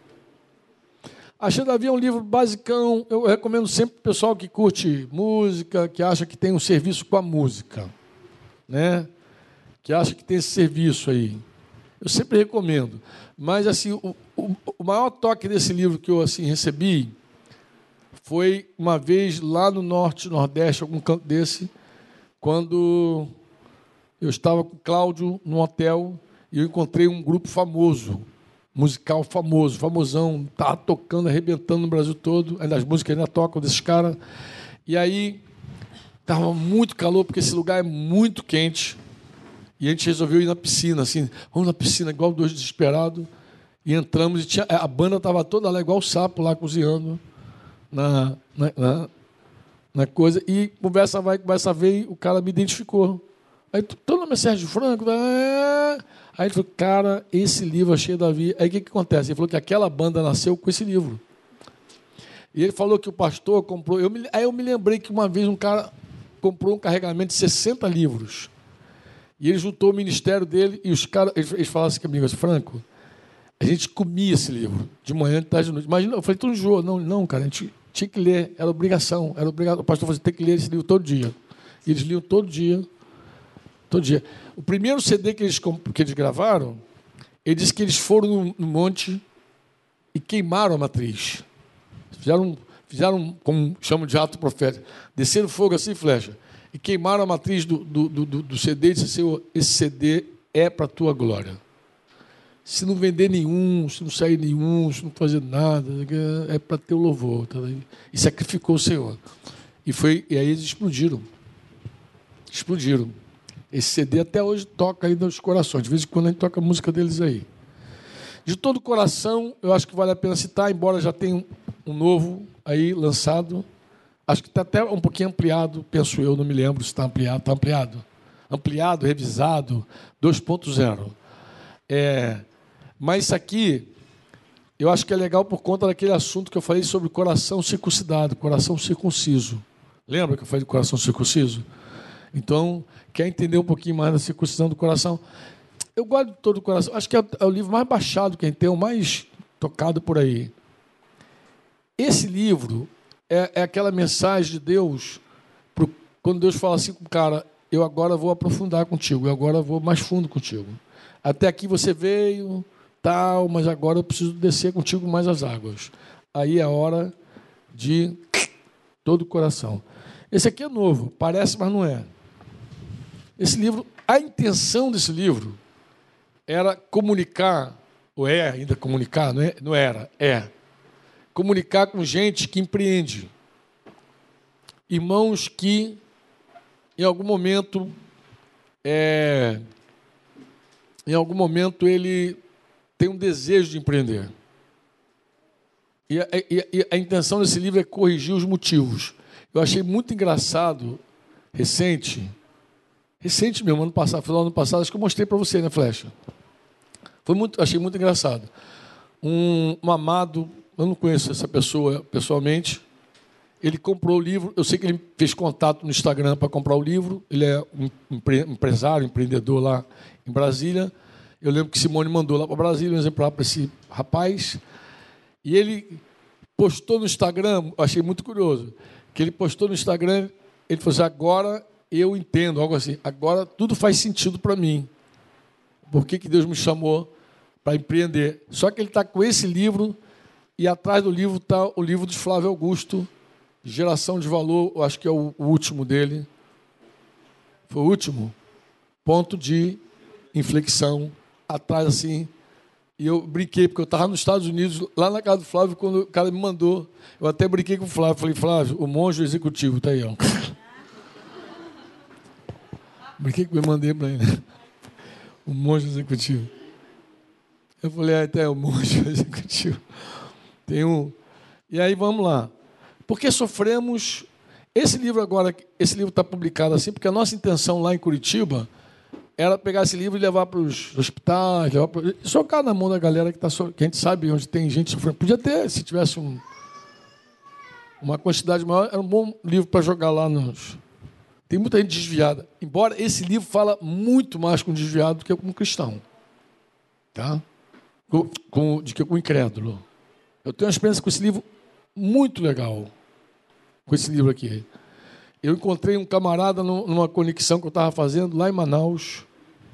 Achei Davi é um livro basicão. Eu recomendo sempre para o pessoal que curte música, que acha que tem um serviço com a música, né? Que acha que tem esse serviço aí. Eu sempre recomendo. Mas assim, o maior toque desse livro que eu assim recebi foi uma vez lá no Norte, Nordeste, algum canto desse, quando eu estava com o Cláudio num hotel e eu encontrei um grupo famoso, musical famoso, famosão, estava tocando, arrebentando no Brasil todo, ainda as músicas ainda tocam desses caras. E aí estava muito calor, porque esse lugar é muito quente, e a gente resolveu ir na piscina, assim, vamos na piscina, igual dois desesperados, e entramos, e a banda estava toda lá, igual o sapo lá, cozinhando na coisa, e conversa vai, conversa vem, o cara me identificou. Aí, teu nome é Sérgio Franco? Aí ele falou, cara, esse livro Achei Davi. Aí o que acontece? Ele falou que aquela banda nasceu com esse livro. E ele falou que o pastor comprou... Aí eu me lembrei que uma vez um cara comprou um carregamento de 60 livros. E ele juntou o ministério dele e os caras... Eles falaram assim comigo, Franco, a gente comia esse livro, de manhã, de tarde, de noite. Imagina, eu falei, tu enjoou. Não, cara, a gente tinha que ler, era obrigação. O pastor falou, tem que ler esse livro todo dia. E eles liam todo dia. Todo dia. O primeiro CD que eles gravaram, ele disse que eles foram no monte e queimaram a matriz. Fizeram como chamam de ato profético. Desceram fogo assim, flecha. E queimaram a matriz do CD e disseram, Senhor, esse CD é para a tua glória. Se não vender nenhum, se não sair nenhum, se não fazer nada, é para teu louvor. Tá? E sacrificou o Senhor. E aí eles explodiram. Esse CD até hoje toca aí nos corações. De vez em quando a gente toca a música deles aí. De todo o coração, eu acho que vale a pena citar, embora já tenha um novo aí lançado. Acho que está até um pouquinho ampliado, penso eu, não me lembro se está ampliado. Está ampliado. Ampliado, revisado, 2.0. Mas isso aqui, eu acho que é legal por conta daquele assunto que eu falei sobre coração circuncidado, coração circunciso. Lembra que eu falei de coração circunciso? Então, quer entender um pouquinho mais da circuncisão do coração? Eu gosto de todo o coração. Acho que é o livro mais baixado que a gente tem, o mais tocado por aí. Esse livro é aquela mensagem de Deus, quando Deus fala assim com o cara, eu agora vou aprofundar contigo, eu agora vou mais fundo contigo. Até aqui você veio, tal, mas agora eu preciso descer contigo mais as águas. Aí é a hora de todo o coração. Esse aqui é novo, parece, mas não é. Esse livro, a intenção desse livro era comunicar, ou é ainda comunicar, não era, comunicar com gente que empreende. Irmãos que, em algum momento, ele tem um desejo de empreender. E a intenção desse livro é corrigir os motivos. Eu achei muito engraçado, recente mesmo, ano passado, final do ano passado, acho que eu mostrei para você, né, Flecha? Achei muito engraçado. Um amado, eu não conheço essa pessoa pessoalmente, ele comprou o livro, eu sei que ele fez contato no Instagram para comprar o livro, ele é um empresário, empreendedor lá em Brasília. Eu lembro que Simone mandou lá para Brasília um exemplar para esse rapaz, e ele postou no Instagram, eu achei muito curioso, que ele postou no Instagram, ele falou assim, agora eu entendo, algo assim, agora tudo faz sentido para mim. Por que Deus me chamou para empreender? Só que ele está com esse livro, e atrás do livro está o livro de Flávio Augusto, Geração de Valor, eu acho que é o último dele. Foi o último? Ponto de inflexão, atrás assim. E eu brinquei, porque eu estava nos Estados Unidos, lá na casa do Flávio, quando o cara me mandou. Eu até brinquei com o Flávio. Falei, Flávio, o monge executivo está aí, ó. Brinquei que eu mandei para ele. O monge executivo. Eu falei, até o monge executivo. Tem um. E aí vamos lá. Porque esse livro está publicado assim, porque a nossa intenção lá em Curitiba era pegar esse livro e levar para os hospitais, socar na mão da galera que a gente sabe onde tem gente sofrendo. Podia ter, se tivesse uma quantidade maior, era um bom livro para jogar lá nos... Tem muita gente desviada. Embora esse livro fala muito mais com desviado do que com cristão. Tá? Do que com incrédulo. Eu tenho uma experiência com esse livro muito legal. Com esse livro aqui. Eu encontrei um camarada numa conexão que eu estava fazendo lá em Manaus.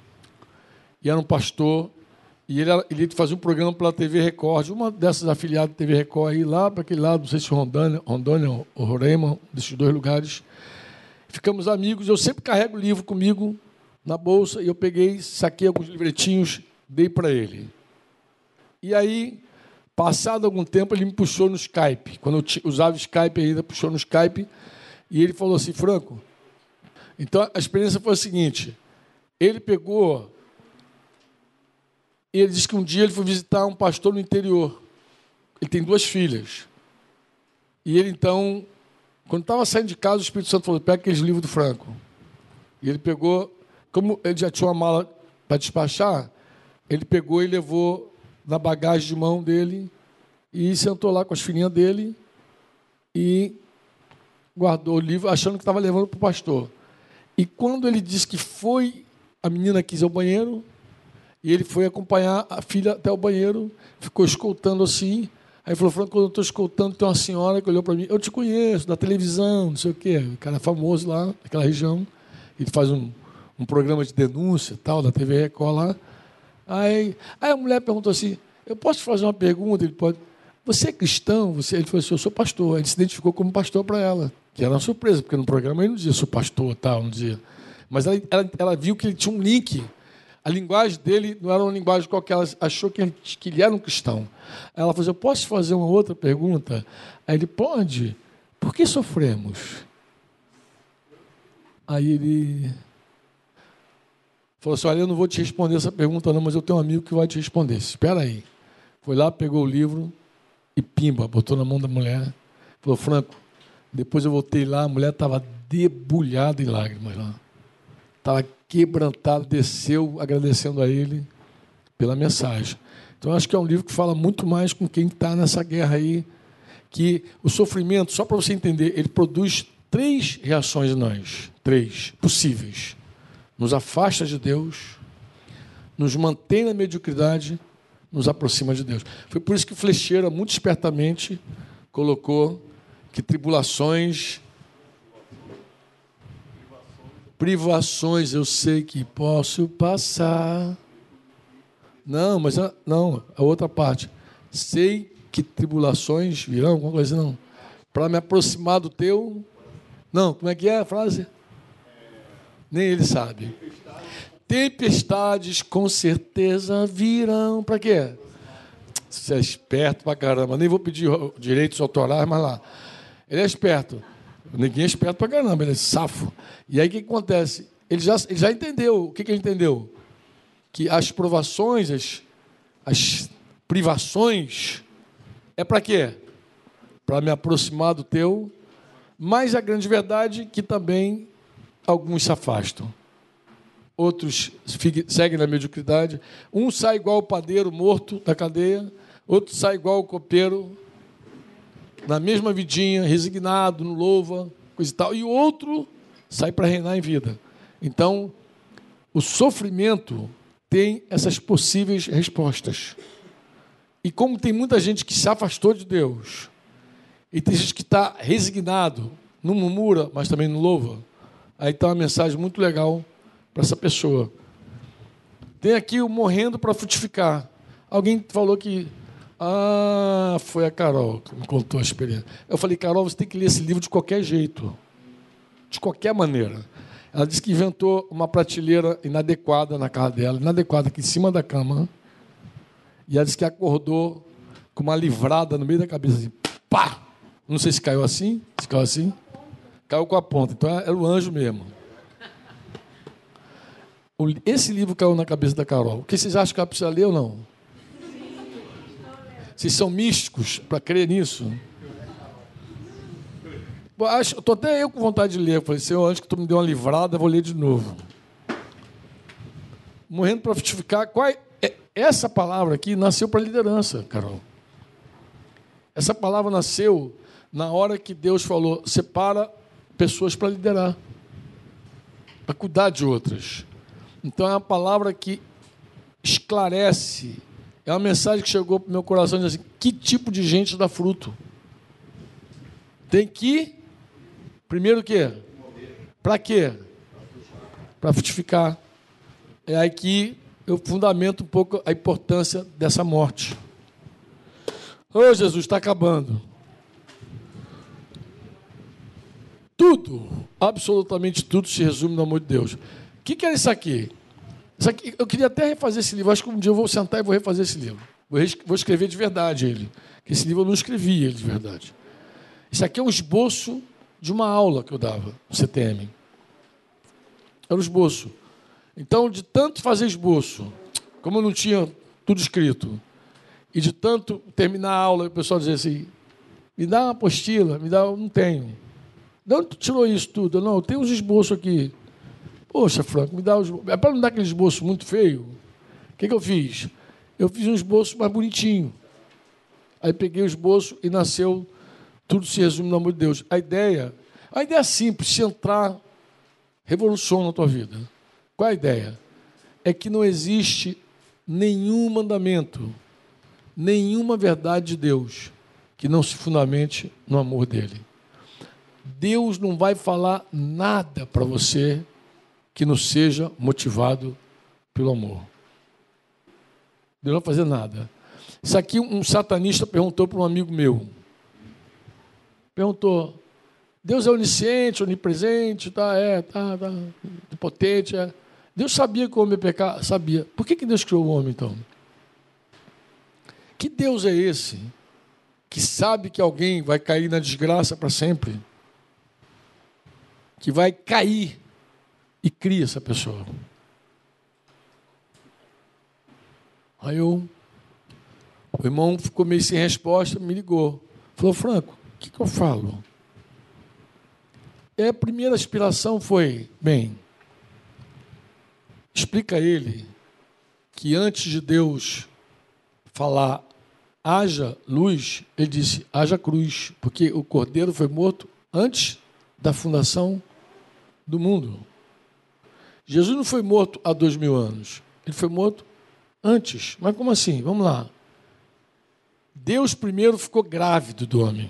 E era um pastor. E ele fazia um programa pela TV Record. Uma dessas afiliadas da TV Record aí, lá para aquele lado, não sei se Rondônia ou Roraima, desses dois lugares. Ficamos amigos. Eu sempre carrego o livro comigo na bolsa. E eu peguei, saquei alguns livretinhos, dei para ele. E aí, passado algum tempo, ele me puxou no Skype. Quando eu usava o Skype ainda, puxou no Skype. E ele falou assim, Franco, então a experiência foi a seguinte, ele pegou, e ele disse que um dia ele foi visitar um pastor no interior. Ele tem 2 filhas. E ele, então, quando estava saindo de casa, o Espírito Santo falou, pega aqueles livros do Franco. E ele pegou, como ele já tinha uma mala para despachar, ele pegou e levou na bagagem de mão dele e sentou lá com as filhinhas dele e guardou o livro, achando que estava levando para o pastor. E quando ele disse que foi, a menina quis ir ao banheiro, e ele foi acompanhar a filha até o banheiro, ficou escoltando assim. Aí falou, Franco, quando eu estou escoltando, tem uma senhora que olhou para mim, eu te conheço, da televisão, não sei o quê. O cara é famoso lá, naquela região. Ele faz um programa de denúncia, tal, da TV Record lá. Aí a mulher perguntou assim, eu posso te fazer uma pergunta? Ele pode. Você é cristão? Ele falou assim, eu sou pastor. Ele se identificou como pastor para ela. Que era uma surpresa, porque no programa ele não dizia, sou pastor, tal, não dizia. Mas ela viu que ele tinha um link. A linguagem dele não era uma linguagem qualquer, ela achou que ele era um cristão. Aí ela falou assim, eu posso te fazer uma outra pergunta? Aí ele, pode. Por que sofremos? Aí ele falou assim, olha, eu não vou te responder essa pergunta não, mas eu tenho um amigo que vai te responder. Espera aí. Foi lá, pegou o livro e pimba, botou na mão da mulher. Falou, Franco, depois eu voltei lá, a mulher estava debulhada em lágrimas lá. Estava quebrantada, desceu agradecendo a ele pela mensagem. Então, acho que é um livro que fala muito mais com quem está nessa guerra aí, que o sofrimento, só para você entender, ele produz 3 reações em nós, 3 possíveis. Nos afasta de Deus, nos mantém na mediocridade, nos aproxima de Deus. Foi por isso que o Flecheira, muito espertamente, colocou que privações eu sei que posso passar. Não, mas não, a outra parte. Sei que tribulações virão, alguma coisa não. Para me aproximar do teu... Não, como é que é a frase? Nem ele sabe. Tempestades com certeza virão. Para quê? Você é esperto pra caramba. Nem vou pedir direitos autorais, mas lá. Ele é esperto. Ninguém é esperto pra caramba, ele é safo. E aí o que acontece? Ele já entendeu. O que ele entendeu? Que as provações, as privações, é para quê? Para me aproximar do teu. Mas a grande verdade é que também alguns se afastam. Outros seguem na mediocridade. Um sai igual o padeiro morto da cadeia, outro sai igual o copeiro, na mesma vidinha, resignado, não louva, coisa e tal. E o outro sai para reinar em vida. Então, o sofrimento tem essas possíveis respostas. E como tem muita gente que se afastou de Deus, e tem gente que está resignado, não murmura, mas também não louva, aí está uma mensagem muito legal para essa pessoa. Tem aqui o morrendo para frutificar. Alguém falou que... foi a Carol que me contou a experiência. Eu falei, Carol, você tem que ler esse livro de qualquer jeito. De qualquer maneira. Ela disse que inventou uma prateleira inadequada na casa dela, inadequada aqui em cima da cama. E ela disse que acordou com uma livrada no meio da cabeça, assim, pá! Não sei se caiu assim, se caiu assim. Caiu com a ponta, então era o anjo mesmo. Esse livro caiu na cabeça da Carol. O que vocês acham que ela precisa ler ou não? Vocês são místicos para crer nisso? Estou até eu com vontade de ler. Eu falei, Senhor, antes que tu me dê uma livrada, eu vou ler de novo. Morrendo para frutificar. Essa palavra aqui nasceu para liderança, Carol. Essa palavra nasceu na hora que Deus falou: separa pessoas para liderar, para cuidar de outras. Então é uma palavra que esclarece. É uma mensagem que chegou para o meu coração, dizendo assim: que tipo de gente dá fruto? Tem que, primeiro o quê? Para quê? Para frutificar. É aí que eu fundamento um pouco a importância dessa morte. Ô, Jesus, está acabando. Tudo, absolutamente tudo, se resume no amor de Deus. O que era isso aqui? Isso aqui, eu queria até refazer esse livro. Acho que um dia eu vou sentar e vou refazer esse livro. Vou escrever de verdade ele. Porque esse livro eu não escrevi ele de verdade. Isso aqui é um esboço de uma aula que eu dava no CTM. Era um esboço. Então, de tanto fazer esboço, como eu não tinha tudo escrito, e de tanto terminar a aula, o pessoal dizia assim: me dá uma apostila, não tenho. De onde tu tirou isso tudo? Não, eu tenho uns esboços aqui. Poxa, Franco, me dá os esboços. É para não dar aquele esboço muito feio. O que eu fiz? Eu fiz um esboço mais bonitinho. Aí peguei o esboço e nasceu Tudo Se Resume no Amor de Deus. A ideia é simples: se entrar, revoluciona a tua vida. Qual é a ideia? É que não existe nenhum mandamento, nenhuma verdade de Deus que não se fundamente no amor dele. Deus não vai falar nada para você que não seja motivado pelo amor. Deus não vai fazer nada. Isso aqui um satanista perguntou para um amigo meu. Perguntou: Deus é onisciente, onipresente, tá potente. É. Deus sabia que o homem ia pecar? Sabia. Por que Deus criou o homem, então? Que Deus é esse que sabe que alguém vai cair na desgraça para sempre? Que vai cair e cria essa pessoa. Aí o irmão ficou meio sem resposta, me ligou. Falou: Franco, o que eu falo? E a primeira aspiração foi: bem, explica a ele que antes de Deus falar haja luz, ele disse haja cruz, porque o cordeiro foi morto antes da fundação do mundo. Jesus não foi morto há 2000 anos, ele foi morto antes. Mas como assim? Vamos lá. Deus primeiro ficou grávido do homem.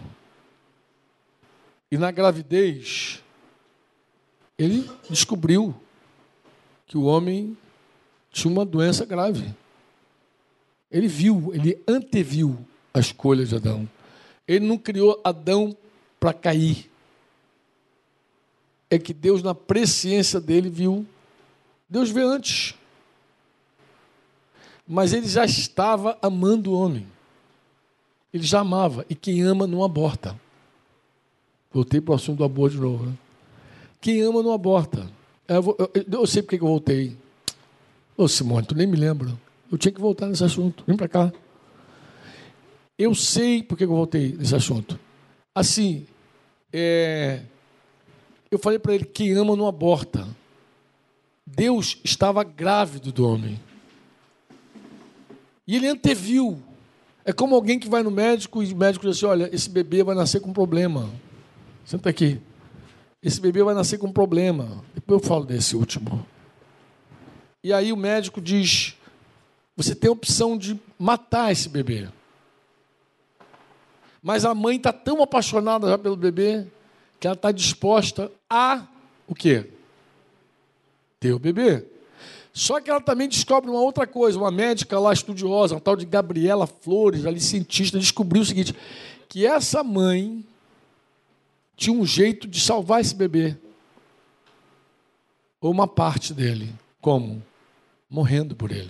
E na gravidez, ele descobriu que o homem tinha uma doença grave. Ele viu, ele anteviu a escolha de Adão. Ele não criou Adão para cair. É que Deus, na presciência dele, viu. Deus vê antes. Mas ele já estava amando o homem. Ele já amava. E quem ama não aborta. Voltei para o assunto do aborto de novo. Né? Quem ama não aborta. Eu sei porque que eu voltei. Ô, Simone, tu nem me lembra. Eu tinha que voltar nesse assunto. Vem para cá. Eu sei porque que eu voltei nesse assunto. Assim, eu falei para ele: quem ama não aborta. Deus estava grávido do homem. E ele anteviu. É como alguém que vai no médico e o médico diz assim: olha, esse bebê vai nascer com problema. Senta aqui. Esse bebê vai nascer com problema. Depois eu falo desse último. E aí o médico diz: você tem a opção de matar esse bebê. Mas a mãe está tão apaixonada já pelo bebê que ela está disposta a o quê? Ter o bebê. Só que ela também descobre uma outra coisa. Uma médica lá estudiosa, uma tal de Gabriela Flores, ali cientista, descobriu o seguinte: que essa mãe tinha um jeito de salvar esse bebê. Ou uma parte dele. Como? Morrendo por ele.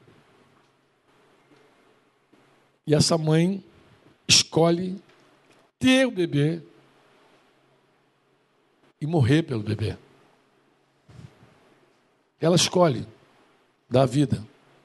E essa mãe escolhe ter o bebê e morrer pelo bebê. Ela escolhe dar a vida.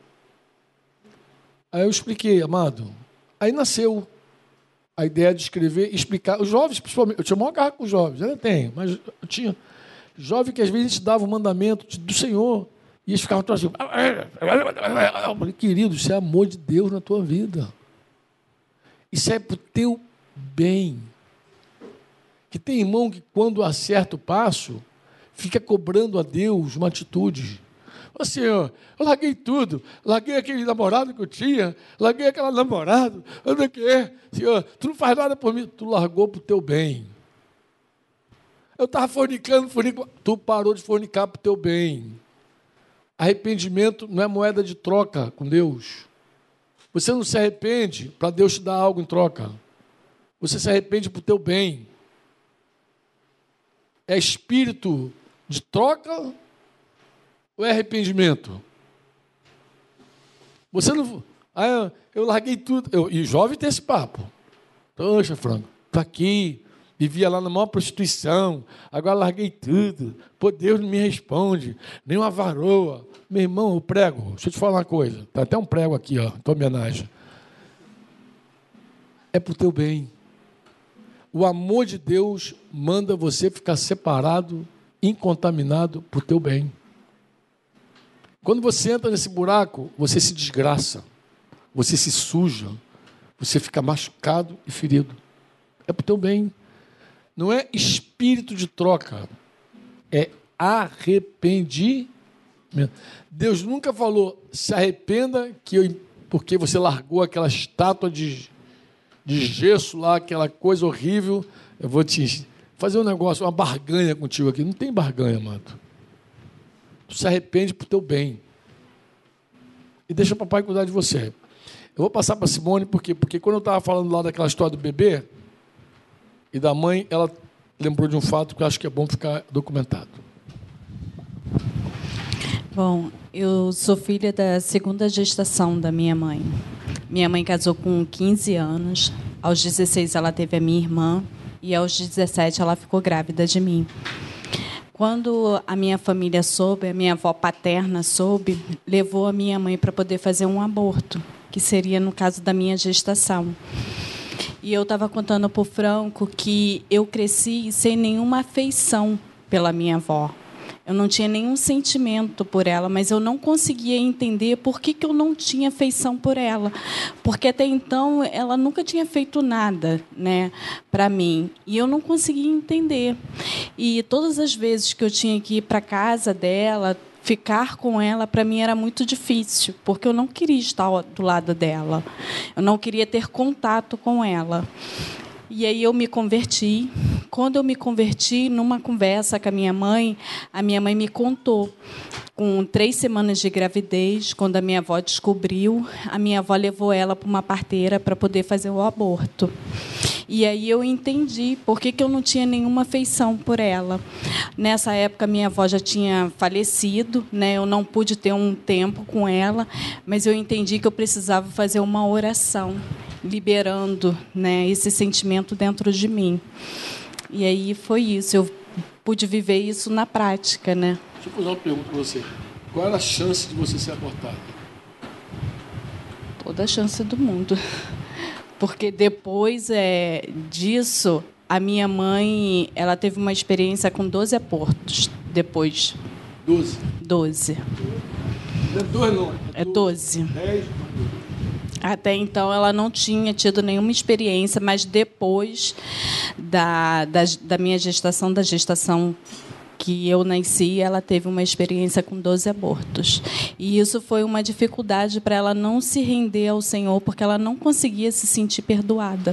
Aí eu expliquei: amado. Aí nasceu a ideia de escrever e explicar. Os jovens, principalmente, eu tinha maior carga com os jovens, ainda tenho, mas eu tinha jovem que às vezes dava o mandamento do Senhor E eles ficavam todos assim. Eu falei, querido, isso é amor de Deus na tua vida. Isso é para o teu bem. Que tem irmão que, quando acerta o passo, fica cobrando a Deus uma atitude. Assim, ó, eu larguei tudo, larguei aquele namorado que eu tinha, larguei aquela namorada, olha o que é, Senhor, tu não faz nada por mim, tu largou para o teu bem. Eu estava fornicando, tu parou de fornicar para o teu bem. Arrependimento não é moeda de troca com Deus. Você não se arrepende para Deus te dar algo em troca. Você se arrepende para o teu bem. É espírito de troca ou é arrependimento? Você não... eu larguei tudo. E jovem tem esse papo. Poxa, Franco, estou aqui, vivia lá na maior prostituição, agora larguei tudo. Pô, Deus não me responde, nem uma varoa. Meu irmão, eu prego, deixa eu te falar uma coisa. Tem até um prego aqui, ó, em tua homenagem. É para o teu bem. O amor de Deus manda você ficar separado, incontaminado para o teu bem. Quando você entra nesse buraco, você se desgraça, você se suja, você fica machucado e ferido. É para o teu bem. Não é espírito de troca, é arrependimento. Deus nunca falou, se arrependa porque você largou aquela estátua de gesso lá, aquela coisa horrível, eu vou te fazer um negócio, uma barganha contigo aqui. Não tem barganha, amado. Tu se arrepende para o teu bem. E deixa o papai cuidar de você. Eu vou passar para a Simone, porque quando eu estava falando lá daquela história do bebê e da mãe, ela lembrou de um fato que eu acho que é bom ficar documentado. Bom, eu sou filha da segunda gestação da minha mãe. Minha mãe casou com 15 anos. Aos 16 ela teve a minha irmã e aos 17 ela ficou grávida de mim. Quando a minha família soube, a minha avó paterna soube, levou a minha mãe para poder fazer um aborto, que seria no caso da minha gestação. E eu estava contando para o Franco que eu cresci sem nenhuma afeição pela minha avó. Eu não tinha nenhum sentimento por ela, mas eu não conseguia entender por que eu não tinha afeição por ela. Porque até então ela nunca tinha feito nada, né, para mim. E eu não conseguia entender. E todas as vezes que eu tinha que ir para a casa dela, ficar com ela, para mim era muito difícil, porque eu não queria estar do lado dela. Eu não queria ter contato com ela. E aí eu me converti. Quando eu me converti, numa conversa com a minha mãe me contou, com 3 semanas de gravidez, quando a minha avó descobriu, a minha avó levou ela para uma parteira para poder fazer o aborto. E aí eu entendi por que eu não tinha nenhuma afeição por ela. Nessa época, minha avó já tinha falecido, né? Eu não pude ter um tempo com ela, mas eu entendi que eu precisava fazer uma oração, liberando, né, esse sentimento dentro de mim. E aí foi isso, eu pude viver isso na prática, né? Deixa eu fazer uma pergunta para você. Qual era a chance de você ser abortada? Toda a chance do mundo. Porque depois disso, a minha mãe ela teve uma experiência com 12 abortos depois. 12? 12. Não é 2, não. É 12. 10? Até então, ela não tinha tido nenhuma experiência, mas depois da minha gestação, da gestação que eu nasci, ela teve uma experiência com 12 abortos. E isso foi uma dificuldade para ela não se render ao Senhor, porque ela não conseguia se sentir perdoada.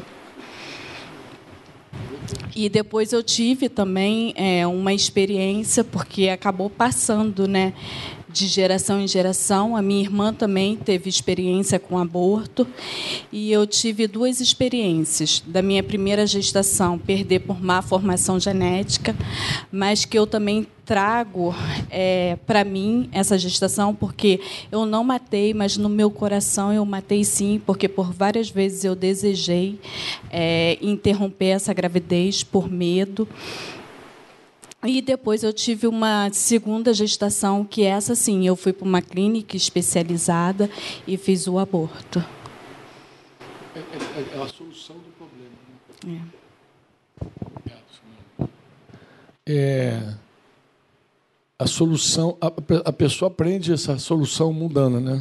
E depois eu tive também uma experiência, porque acabou passando, né, de geração em geração. A minha irmã também teve experiência com aborto. E eu tive 2 experiências. Da minha primeira gestação, perder por má formação genética, mas que eu também trago para mim essa gestação, porque eu não matei, mas no meu coração eu matei sim, porque por várias vezes eu desejei interromper essa gravidez por medo. E depois eu tive uma segunda gestação, que essa sim, eu fui para uma clínica especializada e fiz o aborto. É a solução do problema, né? a solução, a pessoa aprende essa solução mundana, né?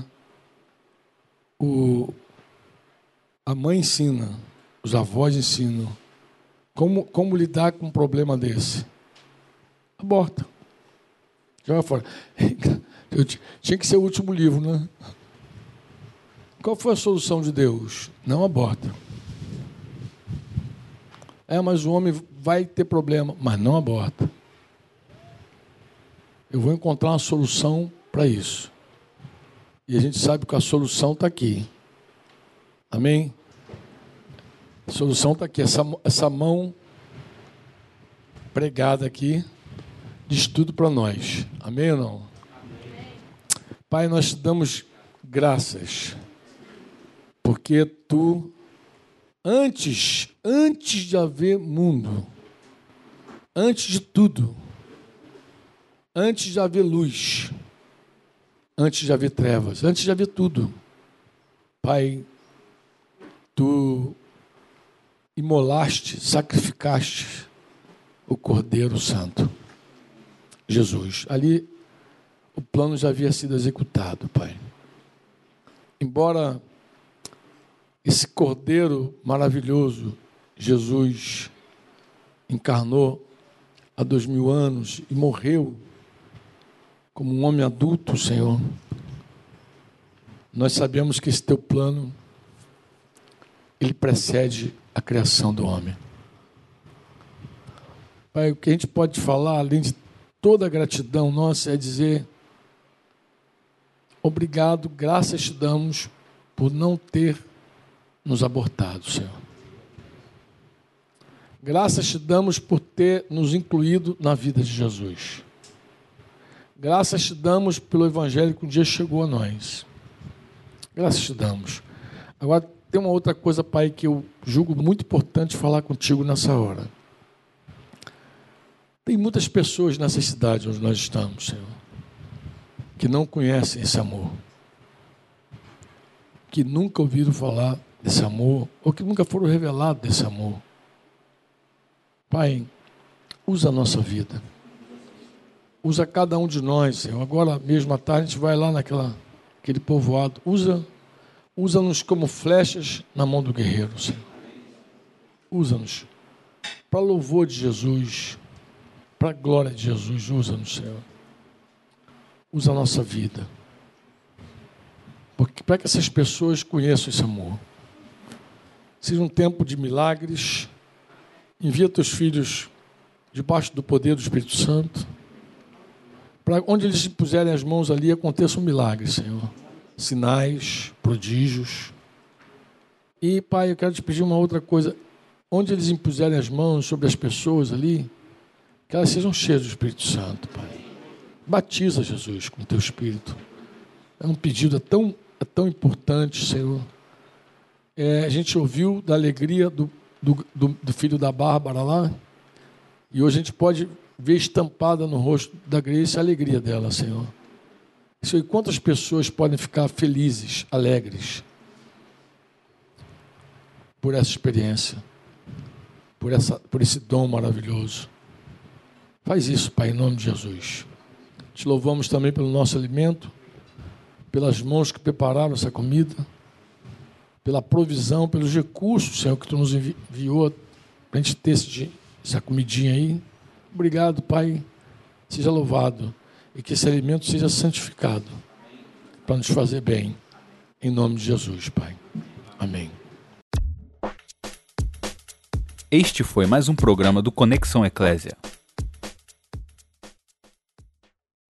A mãe ensina, os avós ensinam. Como lidar com um problema desse? Aborta. Joga fora. Tinha que ser o último livro, né? Qual foi a solução de Deus? Não aborta. Mas o homem vai ter problema, mas não aborta. Eu vou encontrar uma solução para isso. E a gente sabe que a solução está aqui. Amém? A solução está aqui. Essa mão pregada aqui diz tudo para nós. Amém ou não? Amém. Pai, nós te damos graças. Porque tu, antes de haver mundo, antes de tudo, antes de haver luz, antes de haver trevas, antes de haver tudo, Pai, tu imolaste, sacrificaste o Cordeiro Santo, Jesus. Ali o plano já havia sido executado, Pai. Embora esse Cordeiro maravilhoso, Jesus, encarnou há 2000 anos e morreu como um homem adulto, Senhor, nós sabemos que esse teu plano, ele precede a criação do homem. Pai, o que a gente pode falar, além de toda a gratidão nossa, é dizer obrigado, graças te damos por não ter nos abortado, Senhor. Graças te damos por ter nos incluído na vida de Jesus. Graças te damos pelo Evangelho que um dia chegou a nós. Graças te damos. Agora, tem uma outra coisa, Pai, que eu julgo muito importante falar contigo nessa hora. Tem muitas pessoas nessa cidade onde nós estamos, Senhor, que não conhecem esse amor, que nunca ouviram falar desse amor, ou que nunca foram revelados desse amor. Pai, usa a nossa vida. Usa cada um de nós, Senhor. Agora mesmo à tarde a gente vai lá naquele povoado. Usa-nos como flechas na mão do guerreiro, Senhor. Usa-nos para louvor de Jesus, para a glória de Jesus. Usa-nos, Senhor. Usa a nossa vida. Porque para que essas pessoas conheçam esse amor. Seja um tempo de milagres. Envia teus filhos debaixo do poder do Espírito Santo. Para onde eles puserem as mãos ali, aconteça um milagre, Senhor. Sinais, prodígios. E, Pai, eu quero te pedir uma outra coisa. Onde eles impuserem as mãos sobre as pessoas ali, que elas sejam cheias do Espírito Santo, Pai. Batiza, Jesus, com o teu Espírito. É um pedido tão importante, Senhor. A gente ouviu da alegria do filho da Bárbara lá, e hoje a gente pode ver estampada no rosto da Grace a alegria dela, Senhor. Senhor, quantas pessoas podem ficar felizes, alegres por essa experiência, por esse dom maravilhoso. Faz isso, Pai, em nome de Jesus. Te louvamos também pelo nosso alimento, pelas mãos que prepararam essa comida, pela provisão, pelos recursos, Senhor, que Tu nos enviou para a gente ter essa comidinha aí. Obrigado, Pai. Seja louvado e que esse alimento seja santificado para nos fazer bem. Em nome de Jesus, Pai. Amém. Este foi mais um programa do Conexão Eclésia.